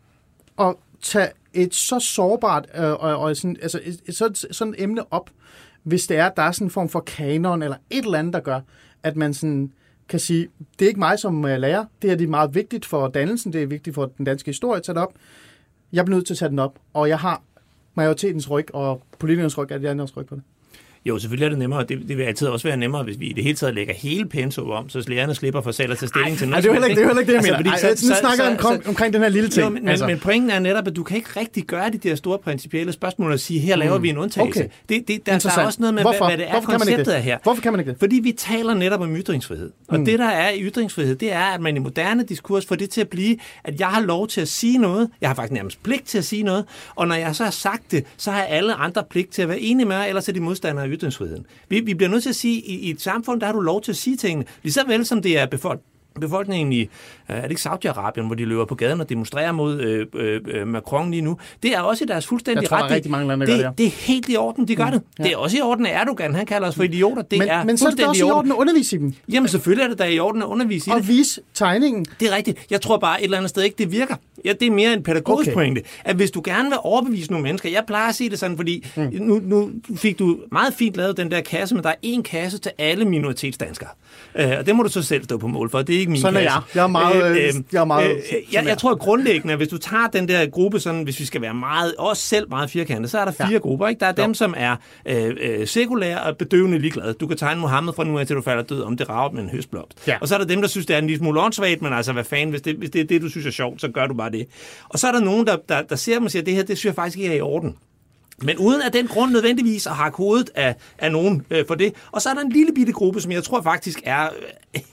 at tage et så sårbart øh, og, og sådan, altså et, et, et, sådan et emne op, hvis det er, at der er sådan en form for kanon eller et eller andet, der gør, at man sådan... kan sige, det er ikke mig som lærer, det er det meget vigtigt for dannelsen, det er vigtigt for den danske historie at tage det op. Jeg bliver nødt til at tage den op, og jeg har majoritetens ryg, og politikernes ryg, er det andres ryg på det. Jo, selvfølgelig er det nemmere. Det, det vil altid også være nemmere, hvis vi i det hele taget lægger hele pensum om, så lærerne slipper for selv at tage stilling Ej, til noget. Det er heller ikke det, er ikke det jeg mener. Altså, Ej, så, nu snakker jeg om, omkring den her lille ting. Jo, men, altså. men pointen er netop, at du kan ikke rigtig gøre de der store principielle spørgsmål og sige, her laver mm. vi en undtagelse. Okay. Det, det, der, der er også noget med, Hvorfor? hvad det er, Hvorfor konceptet er her. Hvorfor kan man ikke det? Fordi vi taler netop om ytringsfrihed. Og mm. det, der er i ytringsfrihed, det er, at man i moderne diskurs får det til at blive, at jeg har lov til at sige noget. Jeg har faktisk nærmest pligt til at sige noget. Og når jeg så har sagt det, så har alle andre pligt til at være enige med mig, ellers er de modstandere af ytringsfriheden. Vi, vi bliver nødt til at sige, at i, i et samfund, der har du lov til at sige tingene, lige så vel som det er befolk- befolkningen i, er det ikke Saudi-Arabien, hvor de løber på gaden og demonstrerer mod øh, øh, Macron lige nu. Det er også i deres fuldstændig ret. Rigtig mange lande det, gør det, det er helt i orden, de gør det. Ja. Det er også i orden, at Erdogan, han kalder os for idioter. Det men, er men så er det også i orden at undervise i dem. Jamen selvfølgelig er det da i orden at undervise i og det. Og vise tegningen. Det er rigtigt. Jeg tror bare et eller andet sted ikke, det virker. Ja, det er mere en pædagogisk okay. pointe, at hvis du gerne vil overbevise nogle mennesker, jeg plejer at sige det sådan, fordi mm. nu, nu fik du meget fint lavet den der kasse, men der er én kasse til alle minoritetsdanskere. Øh, og det må du så selv stå på mål for, det er ikke min sådan kasse. Er jeg. Jeg er meget... Øh, øh, jeg, er meget øh, jeg, jeg tror grundlæggende, at hvis du tager den der gruppe, sådan, hvis vi skal være meget, også selv meget firkantet, så er der fire ja. grupper. Ikke? Der er jo. dem, som er øh, øh, sekulære og bedøvende ligeglade. Du kan tegne Mohammed fra nu af til du falder død, om det rager med en høstblomst. Ja. Og så er der dem, der synes, det er en lille smule åndssvagt, men altså, hvad fanden, hvis det, hvis det er det, du synes er sjovt, så gør du bare det. Og så er der nogen, der, der, der ser dem og siger, at det her, det synes jeg faktisk ikke er i orden. Men uden af den grund nødvendigvis at hakke hovedet af, af nogen øh, for det. Og så er der en lille bitte gruppe, som jeg tror faktisk er... Øh,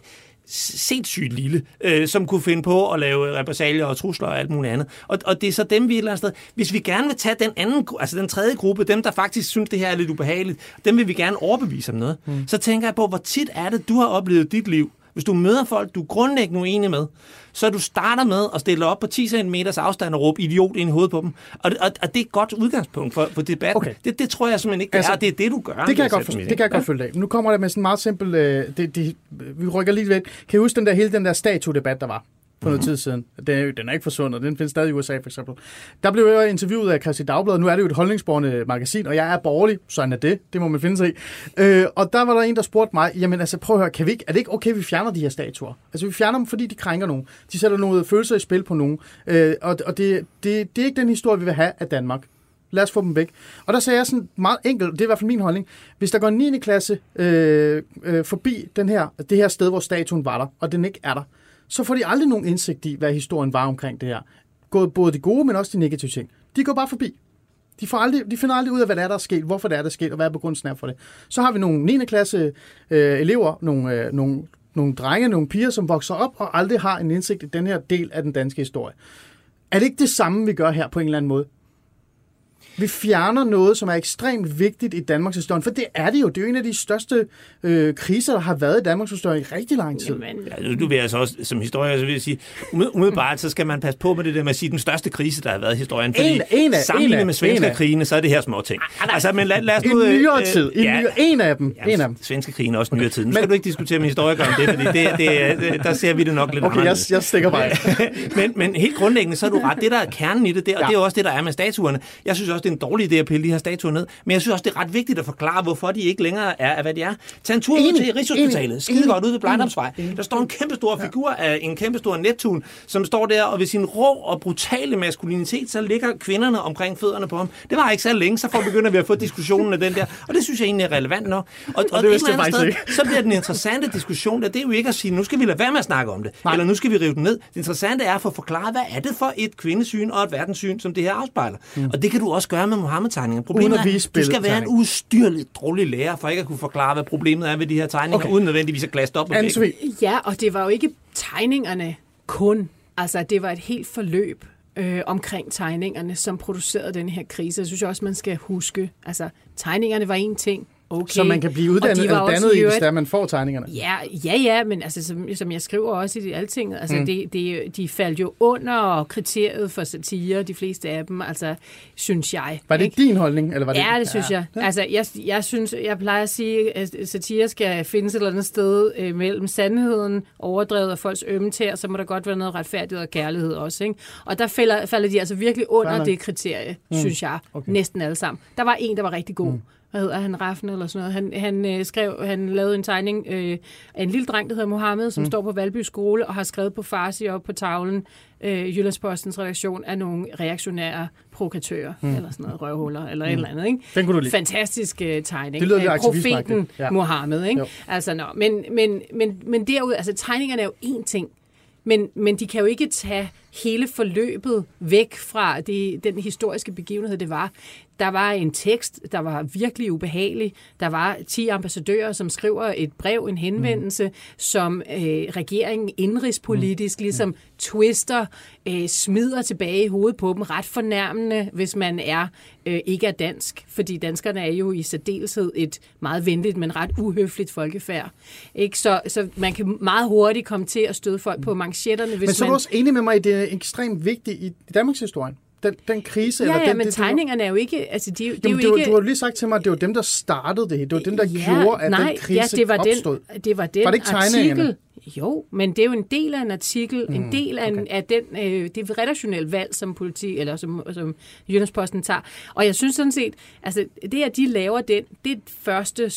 sindssygt lille, øh, som kunne finde på at lave repressalier og trusler og alt muligt andet. Og, og det er så dem, vi et eller andet sted... Hvis vi gerne vil tage den anden, altså den tredje gruppe, dem, der faktisk synes, det her er lidt ubehageligt, dem vil vi gerne overbevise om noget. Mm. Så tænker jeg på, hvor tit er det, du har oplevet dit liv, hvis du møder folk, du er grundlæggende uenig med, så du starter med at stille op på ti centimeters afstand og råbe idiot ind i hovedet på dem. Og, og, og det er et godt udgangspunkt for, for debatten. Okay. Det, det tror jeg simpelthen ikke, det altså, er. Det er det, du gør. Det kan jeg godt, for, det kan jeg ja. godt følge af. Nu kommer det med sådan meget simpelt... Øh, det, det, vi rykker lige væk. Kan I huske den der, hele den der statue-debat, der var for noget tid siden? Den er, den er ikke forsvundet. Den findes stadig i U S A, for eksempel. Der blev jeg interviewet af Kristeligt Dagblad. Nu er det jo et holdningsborgende magasin, og jeg er borgerlig. Sådan er det. Det må man finde sig i. Øh, og der var der en, der spurgte mig, jamen altså prøv at høre, kan vi ikke, er det ikke okay, vi fjerner de her statuer? Altså vi fjerner dem, fordi de krænker nogen. De sætter nogle følelser i spil på nogen. Øh, og og det, det, det er ikke den historie, vi vil have af Danmark. Lad os få dem væk. Og der sagde jeg sådan meget enkelt, det er i hvert fald min holdning, hvis der går en niende klasse øh, øh, forbi den her, det her sted, hvor statuen var der, og den ikke er der, så får de aldrig nogen indsigt i, hvad historien var omkring det her. Både de gode, men også de negative ting. De går bare forbi. De, får aldrig, de finder aldrig ud af, hvad der er, der er sket, hvorfor det er, der er sket, og hvad er begrundelsen er for det. Så har vi nogle niende klasse øh, elever, nogle, øh, nogle, nogle drenge, nogle piger, som vokser op og aldrig har en indsigt i den her del af den danske historie. Er det ikke det samme, vi gør her på en eller anden måde? Vi fjerner noget, som er ekstremt vigtigt i Danmarks historie, for det er det jo. Det er jo en af de største øh, kriser, der har været i Danmarks historie i rigtig lang tid. Jamen, ja, du vil altså også, som historiker, så vil jeg sige, umiddelbart, så skal man passe på med det der med at sige, den største krise, der har været i historien, fordi en, en af, sammenlignet med svenskerkrigene, så er det her små ting. Altså, men lad, lad os nu... En nyere tid. En, ja, en af dem. Ja, en af dem. Svenskerkrigen er også nyere tid. Nu skal men, du ikke diskutere med historikere om det, fordi det, det, det, der ser vi det nok lidt okay, anderledes. Jeg, jeg stikker bare. men, men helt grundlæggende, så er du ret. Det, der er kernen i det, det, og ja. det er også det, der er med statuerne. Jeg synes også, det er en dårlig idé at pille de her statuer ned, men jeg synes også, det er ret vigtigt at forklare, hvorfor de ikke længere er, hvad de er. Tag en tur ud til Rigshospitalet. Skide godt ud ved Blejdomsvej. Der står en kæmpestor figur af en kæmpestor Neptun, som står der, og ved sin rå og brutale maskulinitet, så ligger kvinderne omkring fødderne på ham. Det var ikke så længe, så får begynder vi at få diskussionen af den der, og det synes jeg egentlig er relevant nok. Og, og, og det et eller andet sted, så bliver den interessante diskussion, der det er jo ikke at sige, nu skal vi lade være med at snakke om det, Nej. eller nu skal vi rive den ned. Det interessante er at få forklaret, hvad er det for et kvindesyn og et verdenssyn, som det her afspejler. Mm. Og det kan du også gøre med Muhammed-tegninger. Problemet er, du skal være en ustyrligt dårlig lærer, for ikke at kunne forklare, hvad problemet er ved de her tegninger, okay. uden nødvendigvis at klaste op på væggen. Ja, og det var jo ikke tegningerne kun. Altså, det var et helt forløb øh, omkring tegningerne, som producerede den her krise. Jeg synes også, man skal huske, altså, tegningerne var en ting. Okay. Så man kan blive uddannet eller dannet i, hvis der man får tegningerne. Ja, ja, ja, men altså, som, som jeg skriver også i det alting, altså, mm. det, det, de faldt jo under kriteriet for satire, de fleste af dem, altså, synes jeg. Var det ikke din holdning? Eller var det... Ja, det synes ja. jeg. Ja. Altså, jeg, jeg synes, jeg plejer at sige, at satire skal findes et eller andet sted øh, mellem sandheden, overdrevet af folks ømme tæer, så må der godt være noget retfærdighed og kærlighed også, ikke? Og der falder, falder de altså virkelig under Færdig. det kriterie, mm. synes jeg, okay. næsten alle sammen. Der var en, der var rigtig god. Mm. Hvad hedder han, Raffen eller sådan noget. Han, han øh, skrev, han lavede en tegning øh, af en lille dreng, der hedder Mohammed, som mm. står på Valby skole og har skrevet på farsi op på tavlen øh, Jyllandspostens redaktion af nogle reaktionære provokatører, mm. eller sådan noget, røvhuller, eller mm. et eller andet, ikke? Den kunne du lide. Fantastisk øh, tegning. Det lyder øh, Profeten ja. Mohammed, ikke? Jo. Altså, nå, men, men, men, men derude, altså tegningerne er jo én ting, men, men de kan jo ikke tage hele forløbet væk fra det, den historiske begivenhed, det var. Der var en tekst, der var virkelig ubehagelig. Der var ti ambassadører, som skriver et brev, en henvendelse, mm. som øh, regeringen indrigspolitisk mm. ligesom twister, øh, smider tilbage i hovedet på dem. Ret fornærmende, hvis man er øh, ikke er dansk. Fordi danskerne er jo i særdeleshed et meget venligt, men ret uhøfligt folkefærd. Ikke? Så, så man kan meget hurtigt komme til at støde folk på manchetterne. Hvis men så er man... du også enig med mig, at det er ekstremt vigtigt i Danmarks historie? Den, den krise, ja, eller ja, den, men det, tegningerne er jo ikke... Altså, de, Jamen, de er jo det var, ikke... Du har lige sagt til mig, at det var dem, der startede det. Det var dem, der ja, gjorde, at nej, den krise ja, det var opstod. Den, det var den var det ikke artikel... Jo, men det er jo en del af en artikel, mm, en del af, okay. en, af den, øh, det redaktionelle valg, som politi, eller som, som Jyllandsposten tager. Og jeg synes sådan set, altså det, at de laver den, det er et første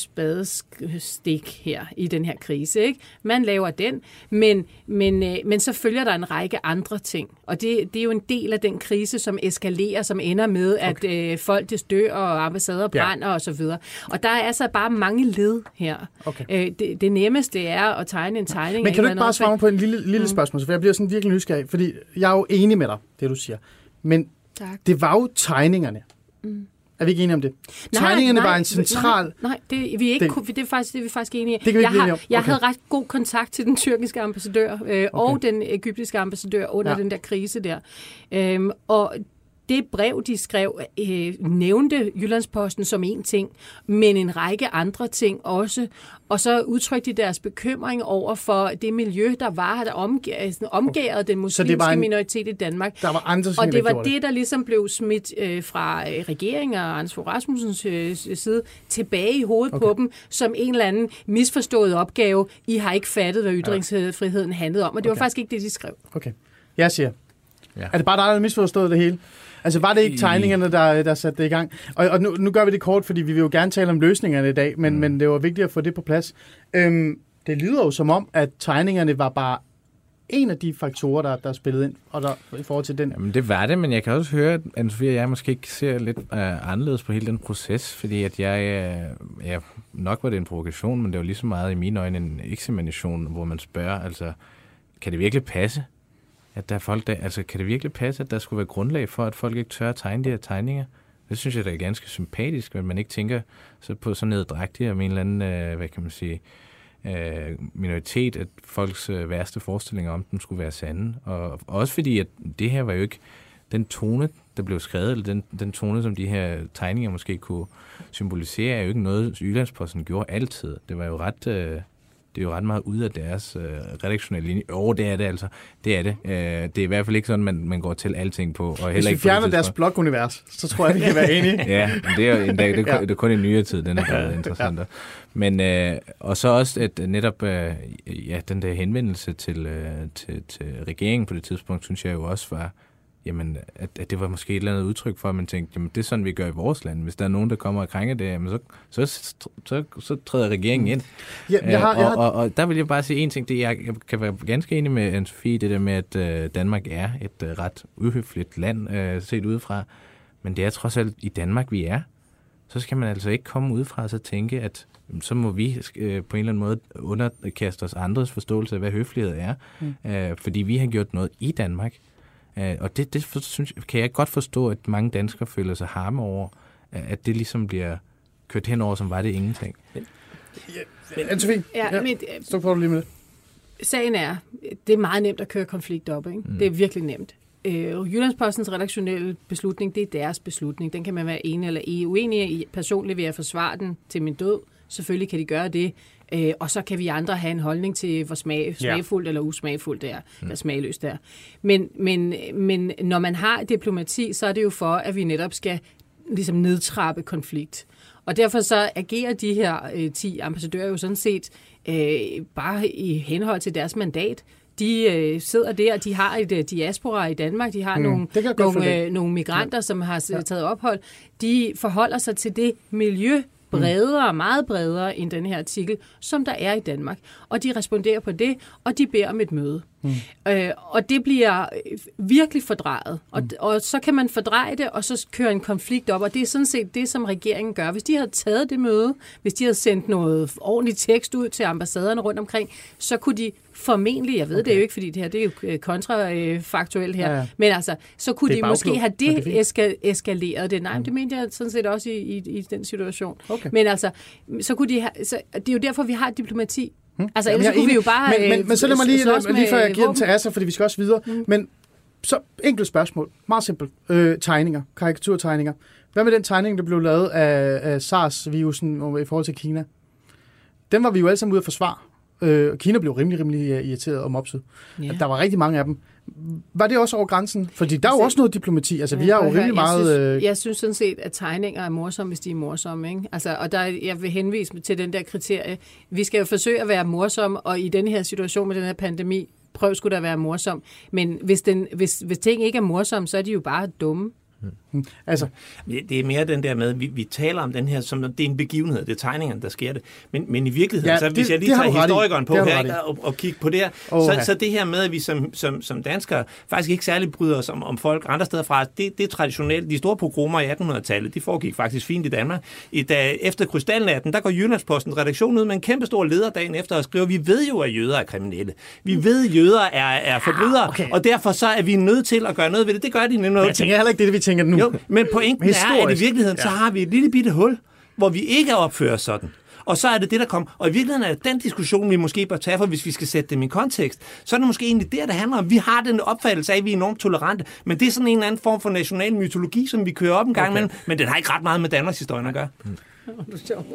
spadestik her i den her krise, ikke? Man laver den, men, men, øh, men så følger der en række andre ting. Og det, det er jo en del af den krise, som eskalerer, som ender med, okay. at øh, folk det dør, og ambassader brænder, ja. og så videre. Og der er altså bare mange led her. Okay. Øh, det, det nemmeste er at tegne en tegning. Men kan du ikke bare svare mig på en lille, lille mm. spørgsmål, for jeg bliver sådan virkelig nysgerrig, fordi jeg er jo enig med dig, det du siger. Men tak. Det var jo tegningerne. Mm. Er vi ikke enige om det? Nej, Tegningerne nej, var en central... Nej, nej det, vi er ikke, det, det, er faktisk, det er vi faktisk enige det kan vi jeg ikke har, om. Okay. jeg havde ret god kontakt til den tyrkiske ambassadør øh, okay. og den egyptiske ambassadør under ja. den der krise der. Øhm, og det brev, de skrev, øh, nævnte Jyllandsposten som en ting, men en række andre ting også. Og så udtrykte de deres bekymring over for det miljø, der var, der omgærede, omgærede den muslimske en, minoritet i Danmark. Der var andre, og det var det, der ligesom blev smidt øh, fra øh, regeringen og Anders Fogh Rasmussens øh, side tilbage i hovedet okay. på dem, som en eller anden misforstået opgave. I har ikke fattet, hvad ytringsfriheden handlede om, og det okay. var faktisk ikke det, de skrev. Okay. Jeg siger, ja. Er det bare dig, der har misforstået det hele? Altså, var det ikke tegningerne, der, der satte det i gang? Og, og nu, nu gør vi det kort, fordi vi vil jo gerne tale om løsningerne i dag, men, mm. men det var vigtigt at få det på plads. Øhm, det lyder jo som om, at tegningerne var bare en af de faktorer, der, der spillede ind og der, i forhold til den. Jamen, det var det, men jeg kan også høre, at Anne-Sophie og jeg måske ikke ser lidt uh, anderledes på hele den proces, fordi at jeg, uh, ja, nok var det en provokation, men det var lige så meget i mine øjne en eksamination, hvor man spørger, altså, kan det virkelig passe? At der er folk, der, altså kan det virkelig passe, at der skulle være grundlag for, at folk ikke tør at tegne de her tegninger? Det synes jeg, der er ganske sympatisk, at man ikke tænker så på sådan neddragtigt om en eller anden, øh, hvad kan man sige, øh, minoritet, at folks øh, værste forestillinger om dem skulle være sande. Og også fordi, at det her var jo ikke den tone, der blev skrevet, eller den, den tone, som de her tegninger måske kunne symbolisere, er jo ikke noget, Jyllandsposten gjorde altid. Det var jo ret... Øh, Det er jo ret meget ude af deres øh, redaktionelle linje. Jo, det er det altså. Det er det. Øh, det er i hvert fald ikke sådan, man, man går til alting på. Og Hvis vi fjerner deres blogunivers, så tror jeg, vi kan være enige. Ja, det er jo en dag, det, er, det er kun en nyere tid, den er blevet interessant. Ja. Men, øh, og så også, at netop øh, ja, den der henvendelse til, øh, til, til regeringen på det tidspunkt, synes jeg jo også var, jamen, at, at det var måske et eller andet udtryk for, at man tænkte, jamen, det er sådan, vi gør i vores land. Hvis der er nogen, der kommer og krænker det, jamen, så, så, så, så træder regeringen ind. Ja, jeg har, jeg har... Og, og, og der vil jeg bare sige en ting, det jeg, jeg kan være ganske enig med Anne-Sophie, det der med, at øh, Danmark er et øh, ret uhøfligt land øh, set udefra, men det er trods alt i Danmark, vi er. Så skal man altså ikke komme udefra og så tænke, at så må vi øh, på en eller anden måde underkaste os andres forståelse af, hvad høflighed er, mm. øh, fordi vi har gjort noget i Danmark. Uh, og det, det for, synes, kan jeg godt forstå, at mange danskere føler sig harme over, uh, at det ligesom bliver kørt henover, som var det ingenting. Men, ja, Anne-Sophie, ja, ja, stå på lige med det. Sagen er, det er meget nemt at køre konflikt op, ikke? Mm. Det er virkelig nemt. Uh, Jyllandspostens redaktionelle beslutning, det er deres beslutning. Den kan man være enig eller uenig i. Personligt vil jeg forsvare den til min død. Selvfølgelig kan de gøre det. Øh, og så kan vi andre have en holdning til, hvor smag, smagfuldt ja. eller usmagfuldt det er, mm. hvad smagløst det er. Men, men, men når man har diplomati, så er det jo for, at vi netop skal ligesom nedtrappe konflikt. Og derfor så agerer de her øh, ti ambassadører jo sådan set øh, bare i henhold til deres mandat. De øh, sidder der, de har et øh, diaspora i Danmark, de har mm, nogle, nogle, øh, nogle migranter, ja. som har ja. taget ophold. De forholder sig til det miljø, bredere, meget bredere end den her artikel, som der er i Danmark. Og de responderer på det, og de beder om et møde. Mm. Øh, og det bliver virkelig fordrejet. Og, mm. og så kan man fordreje det, og så køre en konflikt op. Og det er sådan set det, som regeringen gør. Hvis de havde taget det møde, hvis de havde sendt noget ordentligt tekst ud til ambassaderne rundt omkring, så kunne de formentlig, jeg ved okay. det jo ikke, fordi det her det er jo kontrafaktuelt her, ja, ja. men altså, så kunne de måske have det, det eska- eskaleret det. Nej, mm. det mente jeg sådan set også i, i, i den situation. Okay. Men altså, så kunne de have, så, det er jo derfor, vi har diplomati. Hmm. Altså, ellers Jamen, kunne vi jo bare Men, men, men så lad mig lige, lad, lige før jeg giver den til Asser, fordi vi skal også videre. Mm. Men så enkelt spørgsmål. Meget simpelt. Øh, tegninger. Karikaturtegninger. Hvad med den tegning, der blev lavet af, af SARS-virusen i forhold til Kina? Den var vi jo alle sammen ude at forsvare. Øh, Kina blev rimelig, rimelig irriteret og mopset. Yeah. Der var rigtig mange af dem. Var det også over grænsen? Fordi der er jo også noget diplomati. Altså, vi har jo rimelig jeg meget... Synes, øh... Jeg synes sådan set, at tegninger er morsomme, hvis de er morsomme. Ikke? Altså, og der, jeg vil henvise til den der kriterie. Vi skal jo forsøge at være morsomme, og i den her situation med den her pandemi, prøv skulle der være morsom. Men hvis, den, hvis, hvis ting ikke er morsomme, så er de jo bare dumme. Hmm. Altså. Det er mere den der med, at vi, vi taler om den her, som det er en begivenhed, det er tegningerne, der sker det. Men, men i virkeligheden, ja, så det, hvis jeg lige tager historikeren på her og, og kigger på det her, oh, så, så det her med, at vi som, som, som danskere faktisk ikke særlig bryder os om, om folk andre steder fra, det, det er traditionelt. De store pogromer i attenhundredetallet, de foregik faktisk fint i Danmark. I, da, efter krystalnatten, der går Jyllandspostens redaktion ud med en kæmpe stor leder dagen efter og skriver, vi ved jo, at jøder er kriminelle. Vi ved, at jøder er, er forbrydere, okay. og derfor så er vi nødt til at gøre noget ved det. Det gør de nemlig. Jeg tænker heller ikke det, vi tænker nu. Jo, men pointen er, at i virkeligheden, ja. så har vi et lille bitte hul, hvor vi ikke opfører sådan. Og så er det det, der kommer. Og i virkeligheden er det den diskussion, vi måske bør tage, for hvis vi skal sætte dem i kontekst, så er det måske egentlig der, det handler om. Vi har den opfattelse af, at vi er enormt tolerante, men det er sådan en eller anden form for national mytologi, som vi kører op en gang okay. imellem, men den har ikke ret meget med Danmarks historie at gøre. Mm. Du er sjov.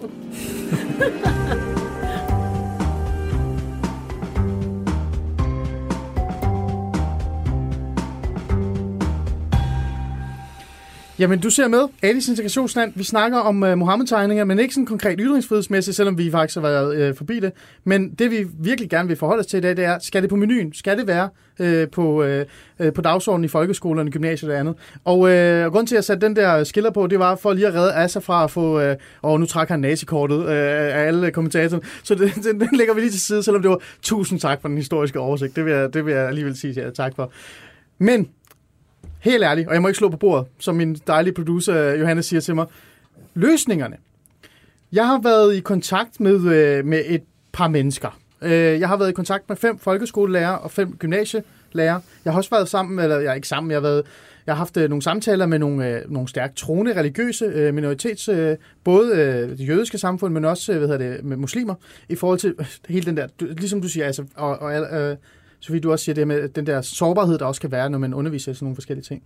Jamen, du ser med. Alis Integrationsland. Vi snakker om uh, Mohammed-tegninger, men ikke sådan konkret ytringsfrihedsmæssigt, selvom vi faktisk har været uh, forbi det. Men det, vi virkelig gerne vil forholde os til i dag, det er, skal det på menuen? Skal det være uh, på, uh, på dagsordenen i folkeskolerne, gymnasiet og andet? Og uh, grund til, at jeg satte den der skiller på, det var for lige at redde Asa fra at få... Uh, og nu trækker han nazikortet uh, af alle kommentatorerne. Så det, den, den lægger vi lige til side, selvom det var tusind tak for den historiske oversigt. Det vil jeg, det vil jeg alligevel sige ja, tak for. Men... Helt ærligt, og jeg må ikke slå på bordet, som min dejlige producer Johannes siger til mig. Løsningerne. Jeg har været i kontakt med, med et par mennesker. Jeg har været i kontakt med fem folkeskolelærere og fem gymnasielærere. Jeg har også været sammen, eller jeg er ikke sammen, jeg har, været, jeg har haft nogle samtaler med nogle, nogle stærkt troende religiøse minoritets, både det jødiske samfund, men også hvad hedder det, med muslimer, i forhold til hele den der, ligesom du siger, altså, og, og så vil du også sige det med den der sårbarhed, der også kan være, når man underviser i sådan nogle forskellige ting.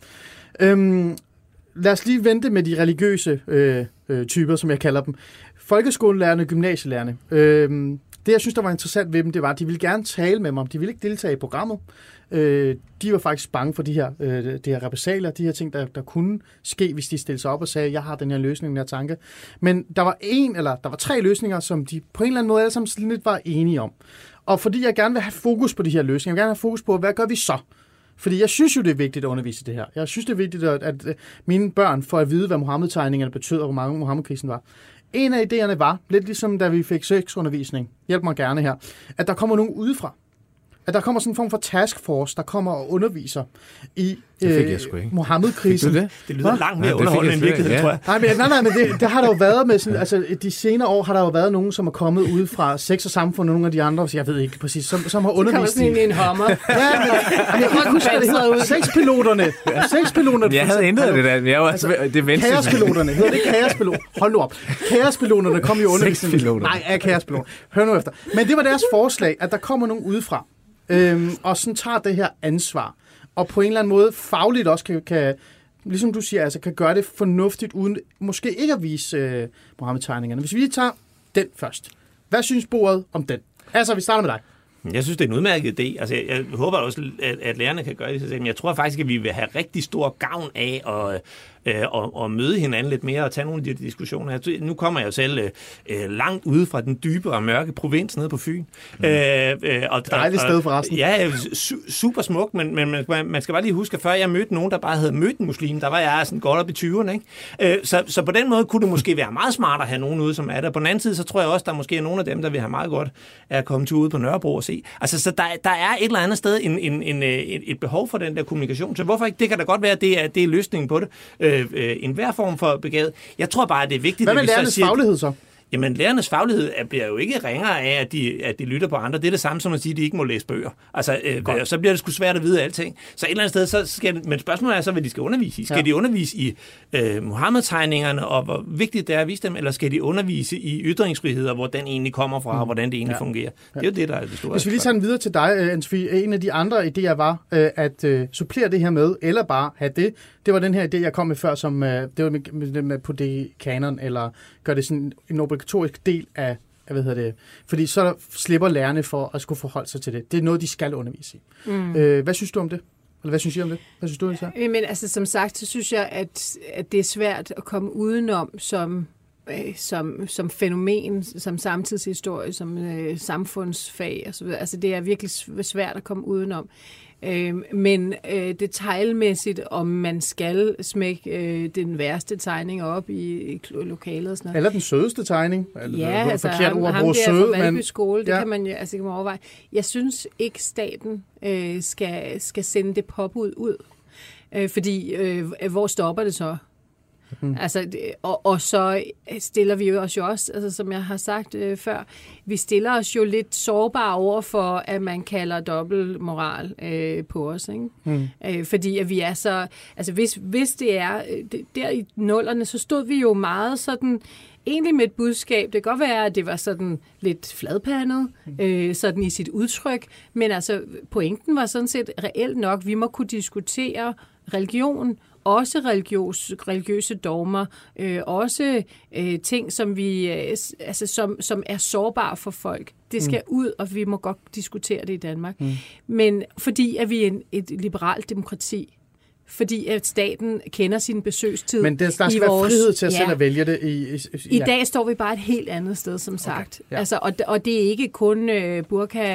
Øhm, lad os lige vente med de religiøse øh, øh, typer, som jeg kalder dem. Folkeskolelærerne og gymnasielærerne. Øhm, det, jeg synes, der var interessant ved dem, det var, at de ville gerne tale med mig. De ville ikke deltage i programmet. Øh, de var faktisk bange for de her, øh, de her repressalier, de her ting, der, der kunne ske, hvis de stillede sig op og sagde, jeg har den her løsning, den her tanke. Men der var en, eller der var tre løsninger, som de på en eller anden måde alle sammen lidt var enige om. Og fordi jeg gerne vil have fokus på de her løsninger, jeg vil gerne have fokus på, hvad gør vi så? Fordi jeg synes jo, det er vigtigt at undervise det her. Jeg synes, det er vigtigt, at, at mine børn får at vide, hvad Mohammed-tegningerne betød, og hvor mange Mohammed-krisen var. En af idéerne var, lidt ligesom da vi fik sexundervisning, hjælp mig gerne her, at der kommer nogen udefra. At der kommer sådan en form for taskforce, der kommer og underviser i øh, Mohammed-krisen. Det? det lyder Hva? langt mere ja, underholdende end virkeligheden, ja. tror jeg. Nej, men, nej, nej, men det, det har der jo været med sådan, altså de senere år har der jo været nogen, som er kommet ud fra Sex og Samfund, og nogle af de andre, jeg ved ikke præcis, som, som har undervist i... Det en hommer. Ja, men, men jeg kan ikke huske, hvad det hedder. Sexpiloterne. Sexpiloterne. Jeg havde ændret det der, men jeg var altså, det venstre. Kaospiloterne. Hedder det kaospilot? Hold nu op. Kaospiloterne kom i undervisningen. Nej, er kaospilot. Hør nu efter. Men det var deres forslag, at der kommer nogen udefra. Øhm, og sådan tager det her ansvar, og på en eller anden måde fagligt også kan, kan ligesom du siger, altså kan gøre det fornuftigt, uden måske ikke at vise øh, Mohammed-tegningerne. Hvis vi tager den først. Hvad synes bordet om den? Altså, vi starter med dig. Jeg synes, det er en udmærket idé. Altså, jeg, jeg håber også, at, at lærerne kan gøre det. Men jeg tror faktisk, at vi vil have rigtig stor gavn af at, øh, at, at møde hinanden lidt mere og tage nogle af de diskussioner. Jeg, nu kommer jeg jo selv øh, langt ude fra den dybe og mørke provins nede på Fyn. Mm. Øh, øh, og, Dejligt sted forresten. Ja, su- super smukt, men, men man, man skal bare lige huske, at før jeg mødte nogen, der bare havde mødt en muslim, der var jeg sådan godt op i tyverne. Ikke? Øh, så, så på den måde kunne det måske være meget smart at have nogen ude, som er der. På den anden side, så tror jeg også, der måske er nogle af dem, der vil have meget godt af at komme til ude på Nørrebro og se. Altså, så der, der er et eller andet sted en, en, en, et, et behov for den der kommunikation. Så hvorfor ikke? Det kan da godt være, at det er, det er løsningen på det. Øh, øh, en hver form for begavet. Jeg tror bare, at det er vigtigt, Hvad med at vi lærernes så siger... faglighed så? Jamen, lærernes faglighed bliver jo ikke ringere af, at de, at de lytter på andre. Det er det samme som at sige, at de ikke må læse bøger. Altså, øh, så bliver det sgu svært at vide alting. Så et eller andet sted, så skal, men spørgsmålet er så, hvad de skal undervise i. Skal ja. de undervise i øh, Mohammed-tegningerne, og hvor vigtigt det er at vise dem, eller skal de undervise i ytringsfrihed, og hvor den egentlig kommer fra, og hvordan det egentlig ja. fungerer? Det er jo det, der er det store. Hvis vi lige tager den videre til dig, Anne-Sophie. En af de andre idéer var øh, at øh, supplere det her med, eller bare have det. Det var den her idé, jeg kom med før, som øh, det var med, med, med på det kanon, eller gør det sådan en obligatorisk del af, hvad hedder det, fordi så slipper lærerne for at skulle forholde sig til det. Det er noget, de skal undervise i. Mm. Øh, hvad synes du om det? Eller hvad synes I om det? Hvad synes du, det ja, men altså, som sagt, så synes jeg, at, at det er svært at komme udenom som, øh, som, som fænomen, som samtidshistorie, som øh, samfundsfag og så videre. Altså, det er virkelig svært at komme udenom. Øh, men øh, detailmæssigt, om man skal smække øh, den værste tegning op i, i lokalet og sådan noget. Eller den sødeste tegning. Eller, ja, altså ham, ham der søde, fra Valby Skole, det ja. kan man jo altså, kan man overveje. Jeg synes ikke, staten øh, skal, skal sende det påbud ud. Øh, fordi, øh, hvor stopper det så? Mm. Altså, og, og så stiller vi os jo også, altså, som jeg har sagt øh, før, vi stiller os jo lidt sårbare over for, at man kalder dobbeltmoral øh, på os, ikke? Mm. Øh, fordi at vi er så, altså hvis, hvis det er, det, der i nullerne, så stod vi jo meget sådan, egentlig med et budskab. Det kan godt være, at det var sådan lidt fladpandet, øh, sådan i sit udtryk, men altså pointen var sådan set reelt nok, vi må kunne diskutere religion, også religiøs, religiøse dogmer, øh, også øh, ting, som vi, øh, altså som, som er sårbare for folk. Det skal mm. ud, og vi må godt diskutere det i Danmark. Mm. Men fordi at vi er en, et liberalt demokrati, fordi at staten kender sin besøgstid. Men det, der skal i være vores, frihed til at ja. selv at vælge det. I, i, I ja. dag står vi bare et helt andet sted, som sagt. Okay. Ja. Altså, og, og det er ikke kun øh,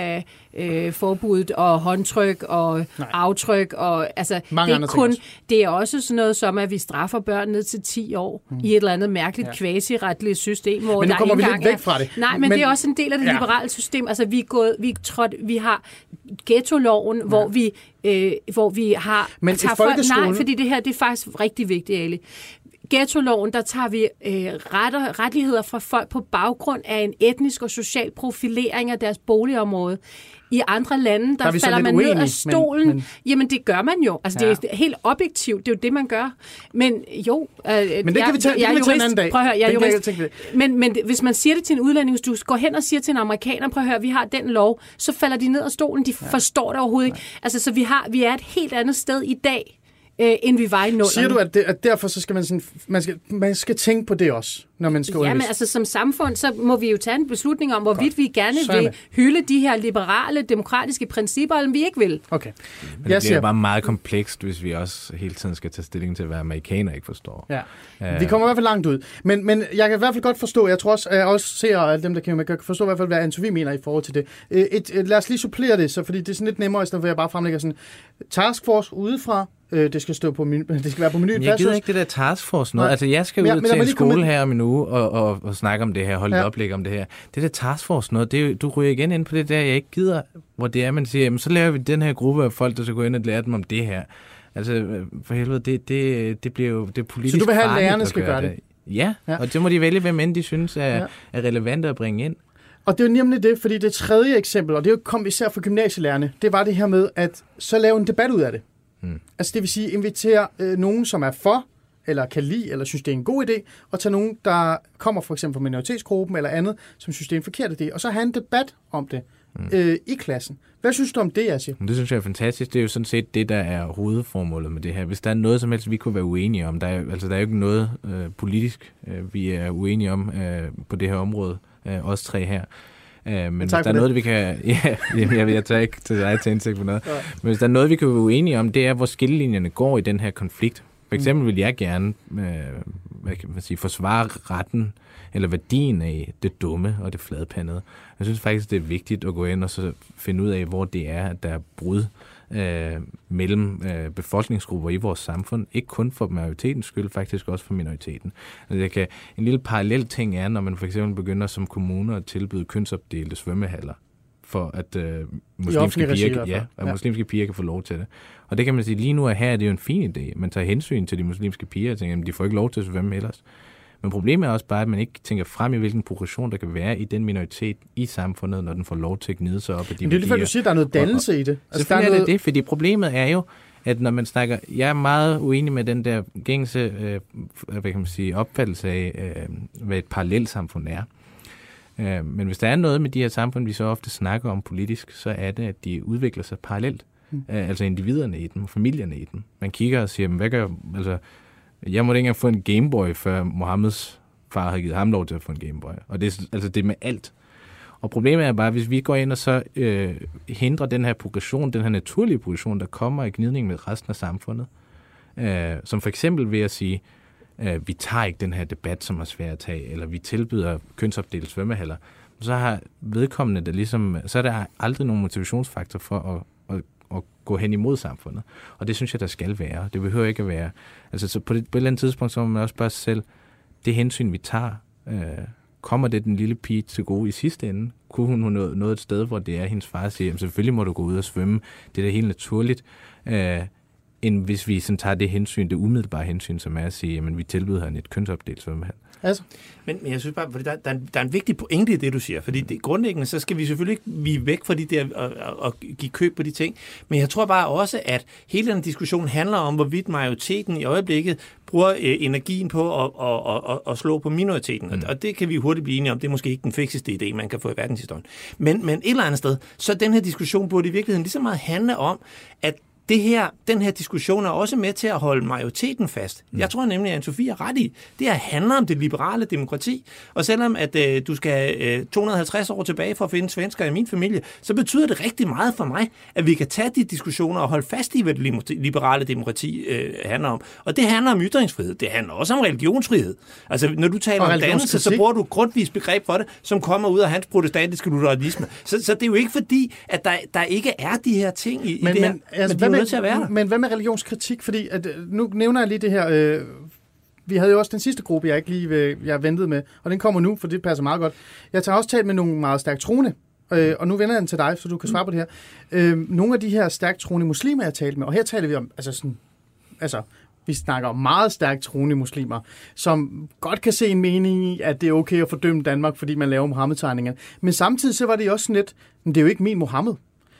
burka-forbuddet øh, og håndtryk og Nej. aftryk. Og, altså, Mange det, er kun, også. det er også sådan noget som, at vi straffer børn ned til ti år mm. i et eller andet mærkeligt ja. kvasiretligt system, hvor men nu der kommer vi engang lidt væk fra det. Nej, men, men det er også en del af det ja. liberale system. Altså, vi er gået, vi, er trådt, vi har ghettoloven, ja. hvor vi Øh, hvor vi har... Men tager folk, nej, fordi det her det er faktisk rigtig vigtigt, Ali. Ghettoloven, der tager vi øh, retter, rettigheder fra folk på baggrund af en etnisk og social profilering af deres boligområde. I andre lande, der, der falder man uenige, ned af stolen. Men, men... Jamen, det gør man jo. Altså, ja. det er helt objektivt. Det er jo det, man gør. Men jo... Øh, men det jeg, kan vi tage, det kan jeg, vi tage en anden dag. Prøv at høre, jeg er jurist. Men, men hvis man siger det til en udlænding, hvis du går hen og siger til en amerikaner, prøv at høre, vi har den lov, så falder de ned af stolen. De ja. forstår det overhovedet ikke. Altså, så vi, har, vi er et helt andet sted i dag, øh, end vi var i nullerne. Siger du, at, det, at derfor så skal man, sådan, man, skal, man skal tænke på det også, når man skal Ja, men altså som samfund, så må vi jo tage en beslutning om, hvorvidt Godt. vi gerne Sådan. vil hylde de her liberale, demokratiske principper, eller vi ikke vil. Okay. Men det bliver siger... bare meget komplekst, hvis vi også hele tiden skal tage stilling til, hvad amerikanere ikke forstår. Ja. Uh... Vi kommer i hvert fald langt ud. Men, men jeg kan i hvert fald godt forstå, jeg tror også, jeg også ser, at dem, der kan, kan forstå i hvert fald, hvad Anne-Sophie mener i forhold til det. Et, et, et, lad os lige supplere det, så, fordi det er sådan lidt nemmere, i stedet for at jeg bare fremlægger sådan taskforce udefra. Det skal stå på menu, det skal være på menuen. Jeg gider ikke det der taskforce noget. Nej. Altså, jeg skal ud men, til en skole komme... her om en uge og, og, og snakke om det her, holde ja. et oplæg om det her. Det der taskforce noget, det er jo, du ryger igen ind på det der, jeg ikke gider, hvor det er, man siger, jamen, så laver vi den her gruppe af folk, der skal gå ind og lære dem om det her. Altså, for helvede, det, det, det bliver jo det er politisk. Så du vil have, at lærerne skal gøre det? det? Ja, ja, og det må de vælge, hvem end de synes er, ja. er relevante at bringe ind. Og det er jo nemlig det, fordi det tredje eksempel, og det kom især fra gymnasielærerne, det var det her med, at så lave en debat ud af det. Hmm. Altså det vil sige, invitere øh, nogen, som er for, eller kan lide, eller synes, det er en god idé, og tage nogen, der kommer for eksempel fra minoritetsgruppen eller andet, som synes, det er en forkert idé, og så have en debat om det hmm. øh, i klassen. Hvad synes du om det, Asger? Det synes jeg er fantastisk. Det er jo sådan set det, der er hovedformålet med det her. Hvis der er noget som helst, vi kunne være uenige om, der er, altså der er jo ikke noget øh, politisk, øh, vi er uenige om øh, på det her område, øh, os tre her. Uh, men hvis der er noget, vi kan... Ja, jeg, jeg tager ikke til dig til indsigt på noget. Ja. Men hvis der er noget, vi kan være uenige om, det er, hvor skillelinjerne går i den her konflikt. For eksempel vil jeg gerne uh, hvad kan man sige, forsvare retten eller værdien af det dumme og det fladpandede. Jeg synes faktisk, det er vigtigt at gå ind og så finde ud af, hvor det er, at der er brud øh, mellem øh, befolkningsgrupper i vores samfund. Ikke kun for majoritetens skyld, faktisk også for minoriteten. Altså, det kan, en lille parallel ting er, når man for eksempel begynder som kommuner at tilbyde kønsopdelte svømmehaller, for at øh, muslimske, piger, ja, at ja. muslimske piger kan få lov til det. Og det kan man sige, lige nu er her, det er jo en fin idé. Man tager hensyn til de muslimske piger og tænker, at de får ikke lov til at svømme ellers. Men problemet er også bare, at man ikke tænker frem i, hvilken progression der kan være i den minoritet i samfundet, når den får lov til at gnide sig op af de værdier. Det er lige før, du siger, at der er noget dannelse og, og, i det. Altså, selvfølgelig er noget... det det, fordi problemet er jo, at når man snakker... Jeg er meget uenig med den der gængse øh, hvad kan man sige, opfattelse af, øh, hvad et parallelsamfund er. Øh, men hvis der er noget med de her samfund, vi så ofte snakker om politisk, så er det, at de udvikler sig parallelt. Mm. Øh, altså individerne i dem, familierne i dem. Man kigger og siger, hvad gør... Altså, jeg måtte ikke engang få en Gameboy, før Mohammeds far havde givet ham lov til at få en Gameboy. Og det er altså det med alt. Og problemet er bare, hvis vi går ind og så øh, hindrer den her progression, den her naturlige progression, der kommer i gnidning med resten af samfundet, øh, som for eksempel ved at sige, øh, vi tager ikke den her debat, som er svær at tage, eller vi tilbyder kønsopdelte svømmehaller, så har vedkommende der ligesom, så er der aldrig nogen motivationsfaktor for at, at at gå hen imod samfundet. Og det synes jeg, der skal være. Det behøver ikke at være... Altså, så på, det, på et eller andet tidspunkt, så må man også spørge sig selv, det hensyn, vi tager, øh, kommer det den lille pige til gode i sidste ende? Kunne hun nå noget et sted, hvor det er, hendes far siger, jamen, selvfølgelig må du gå ud og svømme. Det er da helt naturligt. Øh, end hvis vi sådan tager det hensyn, det umiddelbare hensyn, som er at sige, jamen vi tilbyder han et kønsopdelt svømmehal. Altså. Men, men jeg synes bare, fordi der, der, er en, der er en vigtig pointe i det, du siger. Fordi det, grundlæggende, så skal vi selvfølgelig ikke vi væk fra de der og, og, og give køb på de ting. Men jeg tror bare også, at hele den diskussion handler om, hvorvidt majoriteten i øjeblikket bruger øh, energien på at, at, at, at slå på minoriteten. Mm. Og det kan vi hurtigt blive enige om. Det er måske ikke den fikseste idé, man kan få i verdenshistorien. Men, men et eller andet sted, så den her diskussion burde i virkeligheden lige så meget handle om, at Det her, den her diskussion er også med til at holde majoriteten fast. Mm. Jeg tror nemlig, at Anne-Sophie er ret i. Det her handler om det liberale demokrati. Og selvom at øh, du skal øh, to hundrede og halvtreds år tilbage for at finde svensker i min familie, så betyder det rigtig meget for mig, at vi kan tage de diskussioner og holde fast i, hvad det liberale demokrati øh, handler om. Og det handler om ytringsfrihed. Det handler også om religionsfrihed. Altså, når du taler om dannelse, så bruger du et grundvist begreb for det, som kommer ud af hans protestantiske lutheranisme. Så, så det er jo ikke fordi, at der, der ikke er de her ting i, men, i det her. Men, altså, men de er nødt til at være der. Men hvad med religionskritik? Fordi at, nu nævner jeg lige det her. Øh, vi havde jo også den sidste gruppe, jeg ikke lige øh, jeg ventede med, og den kommer nu, for det passer meget godt. Jeg tager også talt med nogle meget stærkt troende, øh, og nu vender jeg den til dig, så du kan svare på det her. Øh, nogle af de her stærkt troende muslimer, jeg talte med, og her taler vi om, altså sådan, altså, vi snakker om meget stærkt troende muslimer, som godt kan se en mening i, at det er okay at fordømme Danmark, fordi man laver Muhammed-tegninger. Men samtidig så var det også sådan lidt, men det er jo ikke min Muhammed.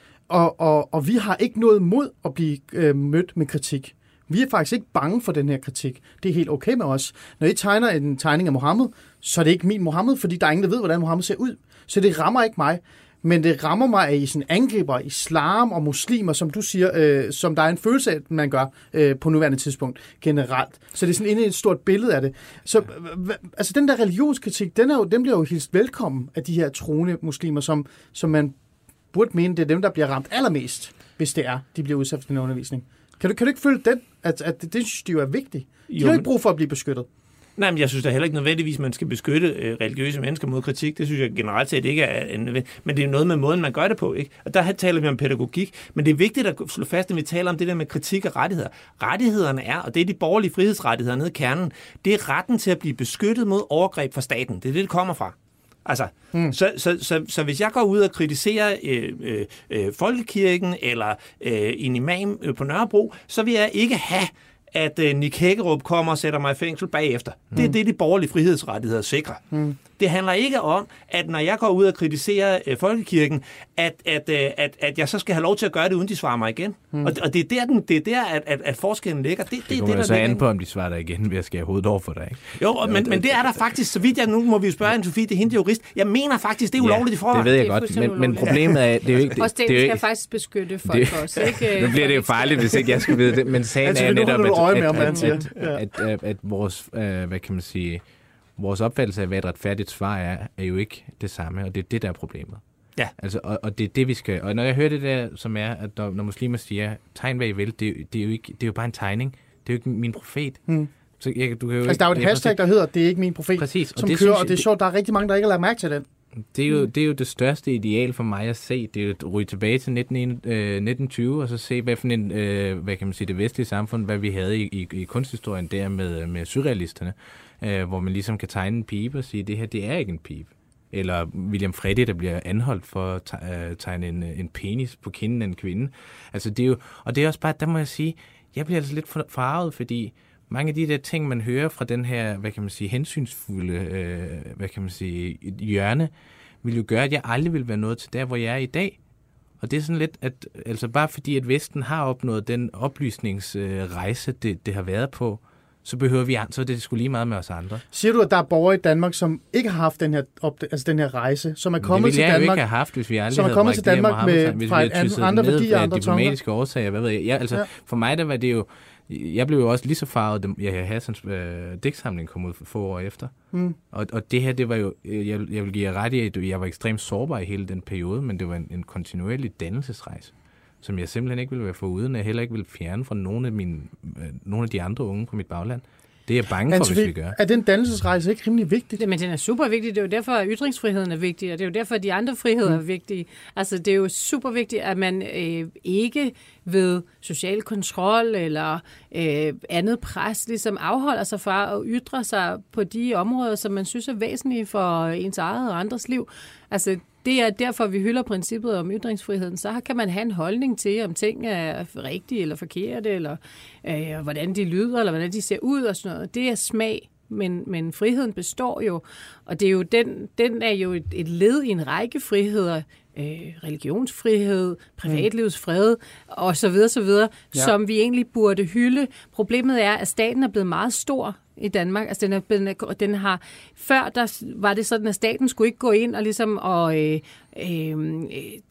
Og, og, og vi har ikke noget mod at blive øh, mødt med kritik. Vi er faktisk ikke bange for den her kritik. Det er helt okay med os. Når I tegner en tegning af Muhammed, så er det ikke min Muhammed, fordi der er ingen, der ved, hvordan Muhammed ser ud. Så det rammer ikke mig. Men det rammer mig, at I sådan angriber islam og muslimer, som du siger, øh, som der er en følelse af, at man gør øh, på nuværende tidspunkt generelt. Så det er sådan inde i et stort billede af det. Så øh, altså den der religionskritik, den, er jo, den bliver jo hilst velkommen af de her troende muslimer, som, som man burde mene, det er dem, der bliver ramt allermest, hvis det er, de bliver udsat for den undervisning. Kan du, kan du ikke føle den, at, at det, det synes de jo er vigtigt? De jo, har ikke brug for at blive beskyttet. Nej, men jeg synes da heller ikke nødvendigvis, at man skal beskytte øh, religiøse mennesker mod kritik. Det synes jeg generelt set ikke er nødvendigt. Men det er noget med måden, man gør det på, ikke? Og der taler vi om pædagogik. Men det er vigtigt at slå fast, når vi taler om det der med kritik og rettigheder. Rettighederne er, og det er de borgerlige frihedsrettigheder nede i kernen, det er retten til at blive beskyttet mod overgreb fra staten. Det er det, det kommer fra. Altså, mm. så, så, så, så hvis jeg går ud og kritiserer øh, øh, folkekirken eller øh, en imam øh, på Nørrebro, så vil jeg ikke have, at øh, Nick Hækkerup kommer og sætter mig i fængsel bagefter. Mm. Det er det, de borgerlige frihedsrettigheder sikrer. Mm. Det handler ikke om, at når jeg går ud og kritiserer øh, folkekirken, at, at, øh, at, at jeg så skal have lov til at gøre det, uden de svarer mig igen. Mm. Og, og det er der, den, det er der at, at, at forskellen ligger. Det, det, det kommer det, så an på, om de svarer dig igen, ved at skære hovedet over for dig. Ikke? Jo, og, men, men det er der faktisk, så vidt jeg nu må vi jo spørge Anne-Sophie, det er hende jurist. Jeg mener faktisk, det er ulovligt i forvejen. Det ved jeg godt, men, men problemet er, det er jo ikke... Og staten skal faktisk beskytte folk det, også, ikke? Nu bliver det jo farligt, hvis ikke jeg skal vide det, men sagen er netop, at, at, at, at, at vores, øh, hvad kan man sige... Vores opfattelse af, hvad et retfærdigt svar er, er jo ikke det samme, og det er det, der er problemet. Ja. Altså, og, og det er det, vi skal... Og når jeg hører det der, som er, at når, når muslimer siger, tegn hvad I vil, det, det, er jo ikke, det er jo bare en tegning. Det er jo ikke min profet. Hmm. Så jeg, du kan jo altså, der er jo et hashtag, der hedder, det er ikke min profet, præcis, som det kører, og det er sjovt, der er rigtig mange, der ikke har lagt mærke til den. Det er, jo, det er jo det største ideal for mig at se. Det er jo at ryge tilbage til nitten tyve, og så se, hvad for en, øh, hvad kan man sige, det vestlige samfund, hvad vi havde i, i, i kunsthistorien der med, med surrealisterne, øh, hvor man ligesom kan tegne en pibe og sige, det her, det er ikke en pibe. Eller William Freddy, der bliver anholdt for at tegne en, en penis på kinden af en kvinde. Altså, det er jo, og det er også bare, der må jeg sige, jeg bliver altså lidt farvet, fordi mange af de der ting, man hører fra den her, hvad kan man sige, hensynsfulde, øh, hvad kan man sige, hjørne, vil jo gøre, at jeg aldrig vil være nået til der, hvor jeg er i dag. Og det er sådan lidt, at altså bare fordi, at Vesten har opnået den oplysningsrejse, det, det har været på, så behøver vi andre, så det skulle lige meget med os andre. Siger du, at der er borgere i Danmark, som ikke har haft den her, altså den her rejse, som er kommet til Danmark? Det ville jeg jo ikke have haft, hvis vi aldrig som er kommet til Danmark med fra et andre værdier, andre diplomatiske årsager, hvad ved jeg. Ja, altså, ja. For mig der var det jo, jeg blev jo også lige så farvet, da jeg Hassans øh, digtsamling kom ud for få år efter. Mm. Og, og det her, det var jo, jeg, jeg vil give jer ret i, at jeg var ekstremt sårbar i hele den periode, men det var en, en kontinuerlig dannelsesrejse, som jeg simpelthen ikke ville være foruden, og jeg heller ikke ville fjerne fra nogle af, mine, øh, nogle af de andre unge på mit bagland. Det er jeg bange for, hvis vi gør. Er den dannelsesrejse ikke rimelig vigtig? Det, men den er super vigtig. Det er jo derfor, at ytringsfriheden er vigtig, og det er jo derfor, at de andre friheder mm. er vigtige. Altså, det er jo super vigtigt, at man øh, ikke ved social kontrol eller øh, andet pres ligesom afholder sig fra at ytre sig på de områder, som man synes er væsentlige for ens eget og andres liv. Altså, det er derfor, vi hylder princippet om ytringsfriheden. Så kan man have en holdning til, om ting er rigtige eller forkerte, eller øh, hvordan de lyder, eller hvordan de ser ud og sådan noget. Det er smag. Men, men friheden består jo, og det er jo den, den er jo et, et led i en række friheder, øh, religionsfrihed, privatlivsfred og så videre, så videre, ja. Som vi egentlig burde hylde. Problemet er, at staten er blevet meget stor i Danmark. Altså den, er, den, er, den har før der var det sådan, at staten skulle ikke gå ind og ligesom og øh, øh,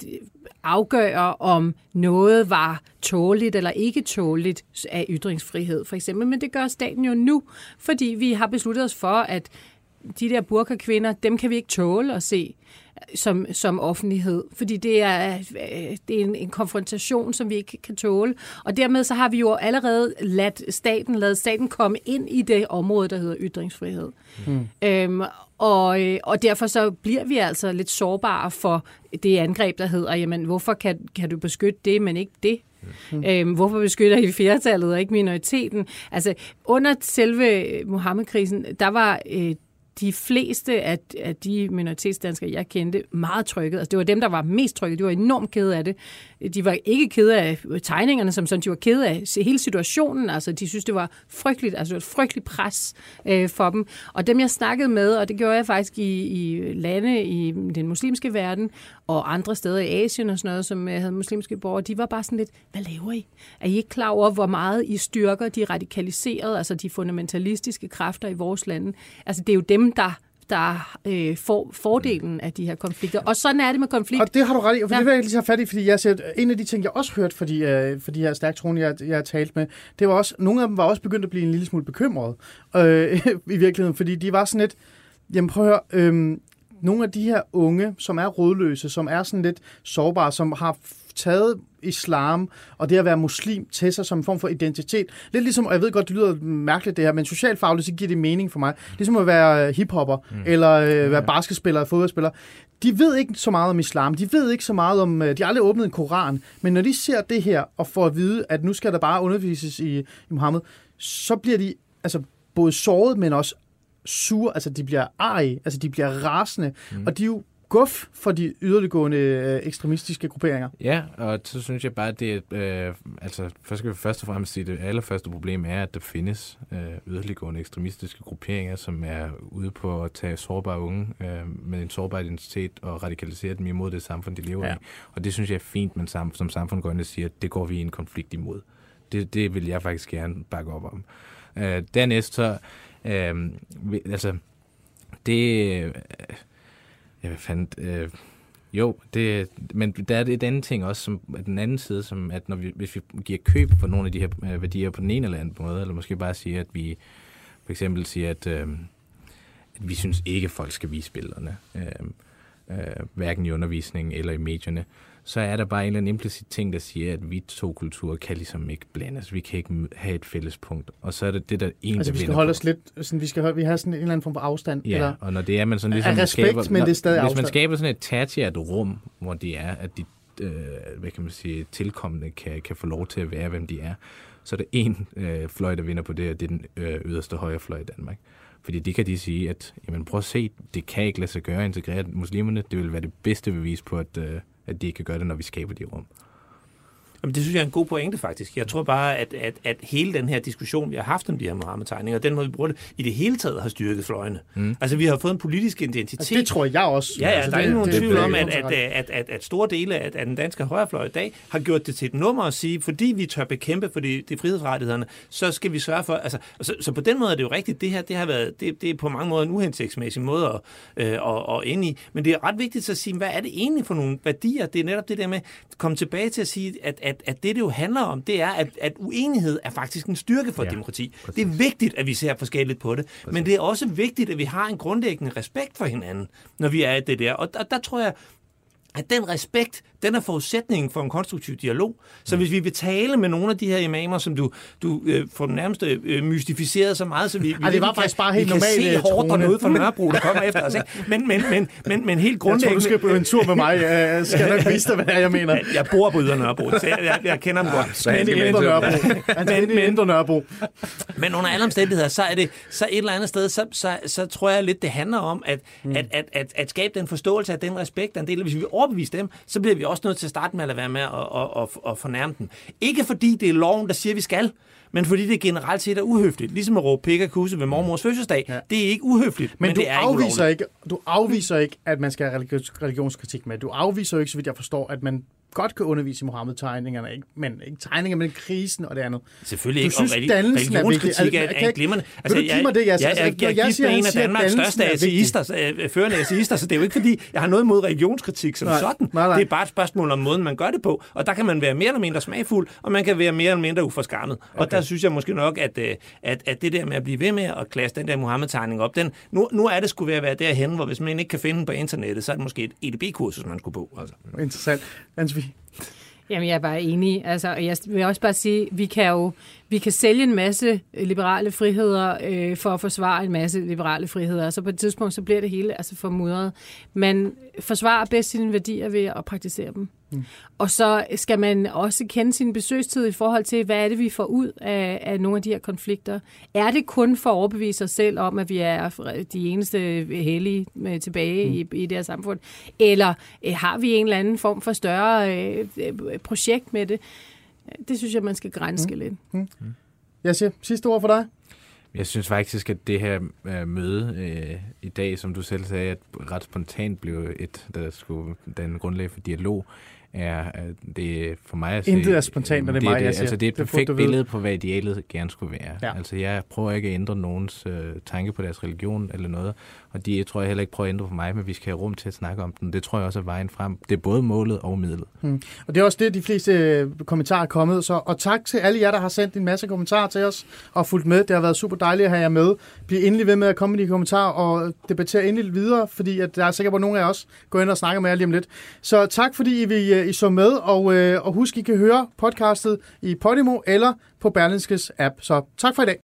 afgøre, om noget var tåligt eller ikke tåligt af ytringsfrihed, for eksempel. Men det gør staten jo nu, fordi vi har besluttet os for, at de der burka-kvinder, dem kan vi ikke tåle at se som, som offentlighed, fordi det er, det er en, en konfrontation, som vi ikke kan tåle. Og dermed så har vi jo allerede ladt staten, ladet staten komme ind i det område, der hedder ytringsfrihed. Mm. Øhm, og, og derfor så bliver vi altså lidt sårbare for det angreb, der hedder, jamen hvorfor kan, kan du beskytte det, men ikke det? Mm. Øhm, hvorfor beskytter I flertallet og ikke minoriteten? Altså under selve Muhammed-krisen, der var øh, de fleste af, af de minoritetsdanskere, jeg kendte, meget trykket. Altså, det var dem, der var mest trykket. De var enormt kede af det. De var ikke kede af tegningerne, som sådan. De var kede af hele situationen. Altså, de synes, det var frygteligt. Altså, det var et frygteligt pres øh, for dem. Og dem, jeg snakkede med, og det gjorde jeg faktisk i, i lande i den muslimske verden, og andre steder i Asien og sådan noget, som havde muslimske borgere, de var bare sådan lidt, hvad laver I? Er I ikke klar over, hvor meget I styrker de radikaliserede, altså de fundamentalistiske kræfter i vores lande? Altså, det er jo dem, der, der øh, får fordelen af de her konflikter. Og sådan er det med konflikt. Og det har du ret i, og for ja. det vil jeg lige have fat i, fordi jeg siger, en af de ting, jeg også hørte for de, øh, for de her stærkt troende, jeg, jeg har talt med, det var også, nogle af dem var også begyndt at blive en lille smule bekymrede øh, i virkeligheden, fordi de var sådan lidt, jamen prøv at høre, øh, nogle af de her unge, som er rådløse, som er sådan lidt sårbare, som har taget islam og det at være muslim til sig som en form for identitet. Lidt ligesom, og jeg ved godt, det lyder mærkeligt det her, men socialfagligt, så giver det mening for mig. Ligesom at være hiphopper, mm. eller øh, være basketspiller, fodboldspiller. De ved ikke så meget om islam. De ved ikke så meget om, de har aldrig åbnet en koran. Men når de ser det her, og får at vide, at nu skal der bare undervises i, i Muhammed, så bliver de altså både såret, men også sure, altså de bliver arige, altså de bliver rasende, mm. og de er jo guf for de yderliggående øh, ekstremistiske grupperinger. Ja, og så synes jeg bare, at det er, øh, altså først skal vi først og fremmest sige, det allerførste problem er, at der findes øh, yderliggående ekstremistiske grupperinger, som er ude på at tage sårbare unge øh, med en sårbar identitet og radikalisere dem imod det samfund, de lever ja. i. Og det synes jeg er fint, men sam- som samfund går ind og siger, at det går vi i en konflikt imod. Det, det vil jeg faktisk gerne bakke op om. Øh, dernæst så, øh, altså, det... Øh, Jeg fandt, øh, jo, det, men der er et andet ting også, som den anden side, som at når vi, hvis vi giver køb for nogle af de her øh, værdier på den ene eller anden måde, eller måske bare siger, at vi for eksempel siger, at, øh, at vi synes ikke, at folk skal vise billederne, øh, øh, hverken i undervisningen eller i medierne, så er der bare en eller anden implicit ting, der siger, at vi to kulturer kan ligesom ikke blandes. Vi kan ikke have et fælles punkt. Og så er det det, der en, altså, der vi skal holde os lidt, sådan, vi skal holde, vi har sådan en eller anden form for afstand. Ja, eller, og når det er, man sådan ligesom respekt, skaber, men det er stadig hvis afstand. man skaber sådan et tertiært rum, hvor det er, at de, øh, hvad kan man sige, tilkommende kan, kan få lov til at være, hvem de er, så er der en øh, fløj, der vinder på det, og det er den øh, yderste højre fløj i Danmark. Fordi det kan de sige, at jamen, prøv at se, det kan ikke lade sig gøre at integrere muslimerne. Det vil være det bedste bevis på, at, øh, at de ikke kan gøre det, når vi skaber de rum. Jamen, det synes jeg er en god pointe, faktisk. Jeg tror bare, at, at, at hele den her diskussion, vi har haft om de her Muhammed-tegninger, den måde, vi bruger det, i det hele taget har styrket fløjene. Mm. Altså, vi har fået en politisk identitet. Altså, det tror jeg også. Ja, ja, altså, der er det, ikke nogen det, tvivl det, om, at, det, at, at, at, at store dele af, af den danske højrefløj i dag har gjort det til et nummer at sige, fordi vi tør bekæmpe for de, de frihedsrettighederne, så skal vi sørge for... Altså, så, så på den måde er det jo rigtigt. Det her, det har været, det, det er på mange måder en uhensigtsmæssig måde at, øh, at, at ende i. Men det er ret vigtigt at sige, hvad er det egentlig for nogle værdier? Det er netop det der med at komme tilbage til at sige, at, at, at det, det jo handler om, det er, at, at uenighed er faktisk en styrke for ja, demokrati. Præcis. Det er vigtigt, at vi ser forskelligt på det, præcis. Men det er også vigtigt, at vi har en grundlæggende respekt for hinanden, når vi er i det der. Og der, der tror jeg, at den respekt, den er forudsætningen for en konstruktiv dialog. Så hvis vi vil tale med nogle af de her imamer, som du, du øh, får nærmest øh, mystificeret så meget, så vi, Ej, det var vi faktisk kan, bare helt vi kan normalt, se hårderne ude fra Nørrebro, der kommer efter os. Ikke? Men, men, men, men, men helt grundlæggende... Jeg tror, du skal på en tur med mig. Jeg skal nok vise dig, hvad jeg mener. Jeg, jeg bor på Ydre Nørrebro, så jeg, jeg, jeg kender dem godt. Så han skal Indre Nørrebro. Men, men, Indre Nørrebro. Men under alle omstændigheder, så er det så et eller andet sted, så, så, så tror jeg lidt, det handler om at, mm. at, at, at, at skabe den forståelse af den respekt, der en del af. Hvis vi overbeviser dem, så bliver vi også nødt til at starte med at lade være med at, at, at, at fornærme dem. Ikke fordi det er loven, der siger, at vi skal, men fordi det generelt set er uhøfligt. Ligesom at råbe pik og kusse ved mormors fødselsdag. Ja. Det er ikke uhøfligt, men, men du det er afviser ikke, ikke Du afviser ikke, at man skal have religionskritik med. Du afviser ikke, så vidt jeg forstår, at man godt kan undervise i Mohammed-tegningerne, ikke? Men ikke tegninger, men krisen og det andet. Selvfølgelig du ikke, synes, og religionskritik er, er, er glimrende. Altså, jeg, mig det, jeg, jeg, jeg, jeg, jeg er gift med en af Danmarks største ateister, øh, førende ateister, så det er jo ikke fordi, jeg har noget imod religionskritik som nej, sådan. Nej, nej. Det er bare et spørgsmål om måden, man gør det på, og der kan man være mere eller mindre smagfuld, og man kan være mere eller mindre uforskammet. Okay. Og der synes jeg måske nok, at, at, at det der med at blive ved med at klasse den der Mohammed-tegning op, den, nu, nu er det skulle være, være derhen, hvor hvis man ikke kan finde den på internettet, så er det måske et E D B-kursus, man skulle på. Altså. Interessant. Ansvi. Jamen, jeg er bare enig. Altså, jeg vil også bare sige, vi kan jo vi kan sælge en masse liberale friheder øh, for at forsvare en masse liberale friheder, og så på et tidspunkt, så bliver det hele altså formudret. Man forsvarer bedst sine værdier ved at praktisere dem. Mm. Og så skal man også kende sin besøgstid i forhold til, hvad er det, vi får ud af, af nogle af de her konflikter. Er det kun for at overbevise os selv om, at vi er de eneste hellige med tilbage mm. i, i det her samfund? Eller øh, har vi en eller anden form for større øh, projekt med det? Det synes jeg, man skal grænske mm. lidt. Mm. Jeg siger sidste ord for dig. Jeg synes faktisk, at det her øh, møde øh, i dag, som du selv sagde, at ret spontant blev et, der skulle danne grundlag for dialog, er det for mig at se... Intet er spontant, og det er mig, det, jeg siger. Altså, det er et det perfekt billede på, hvad idealet gerne skulle være. Ja. Altså, jeg prøver ikke at ændre nogens øh, tanke på deres religion eller noget, og de tror jeg heller ikke prøver at ændre på mig, men vi skal have rum til at snakke om den. Det tror jeg også er vejen frem. Det er både målet og midlet. Hmm. Og det er også det, de fleste kommentarer er kommet. Så, og tak til alle jer, der har sendt en masse kommentarer til os og fulgt med. Det har været super dejligt at have jer med. Bliv endelig ved med at komme med de kommentarer og debattere endelig videre, fordi at der er sikkert, at nogle af os går ind og snakker med jer lige om lidt. Så tak, fordi I, I, I så med, og, øh, og husk, I kan høre podcastet i Podimo eller på Berlingskes app. Så tak for i dag.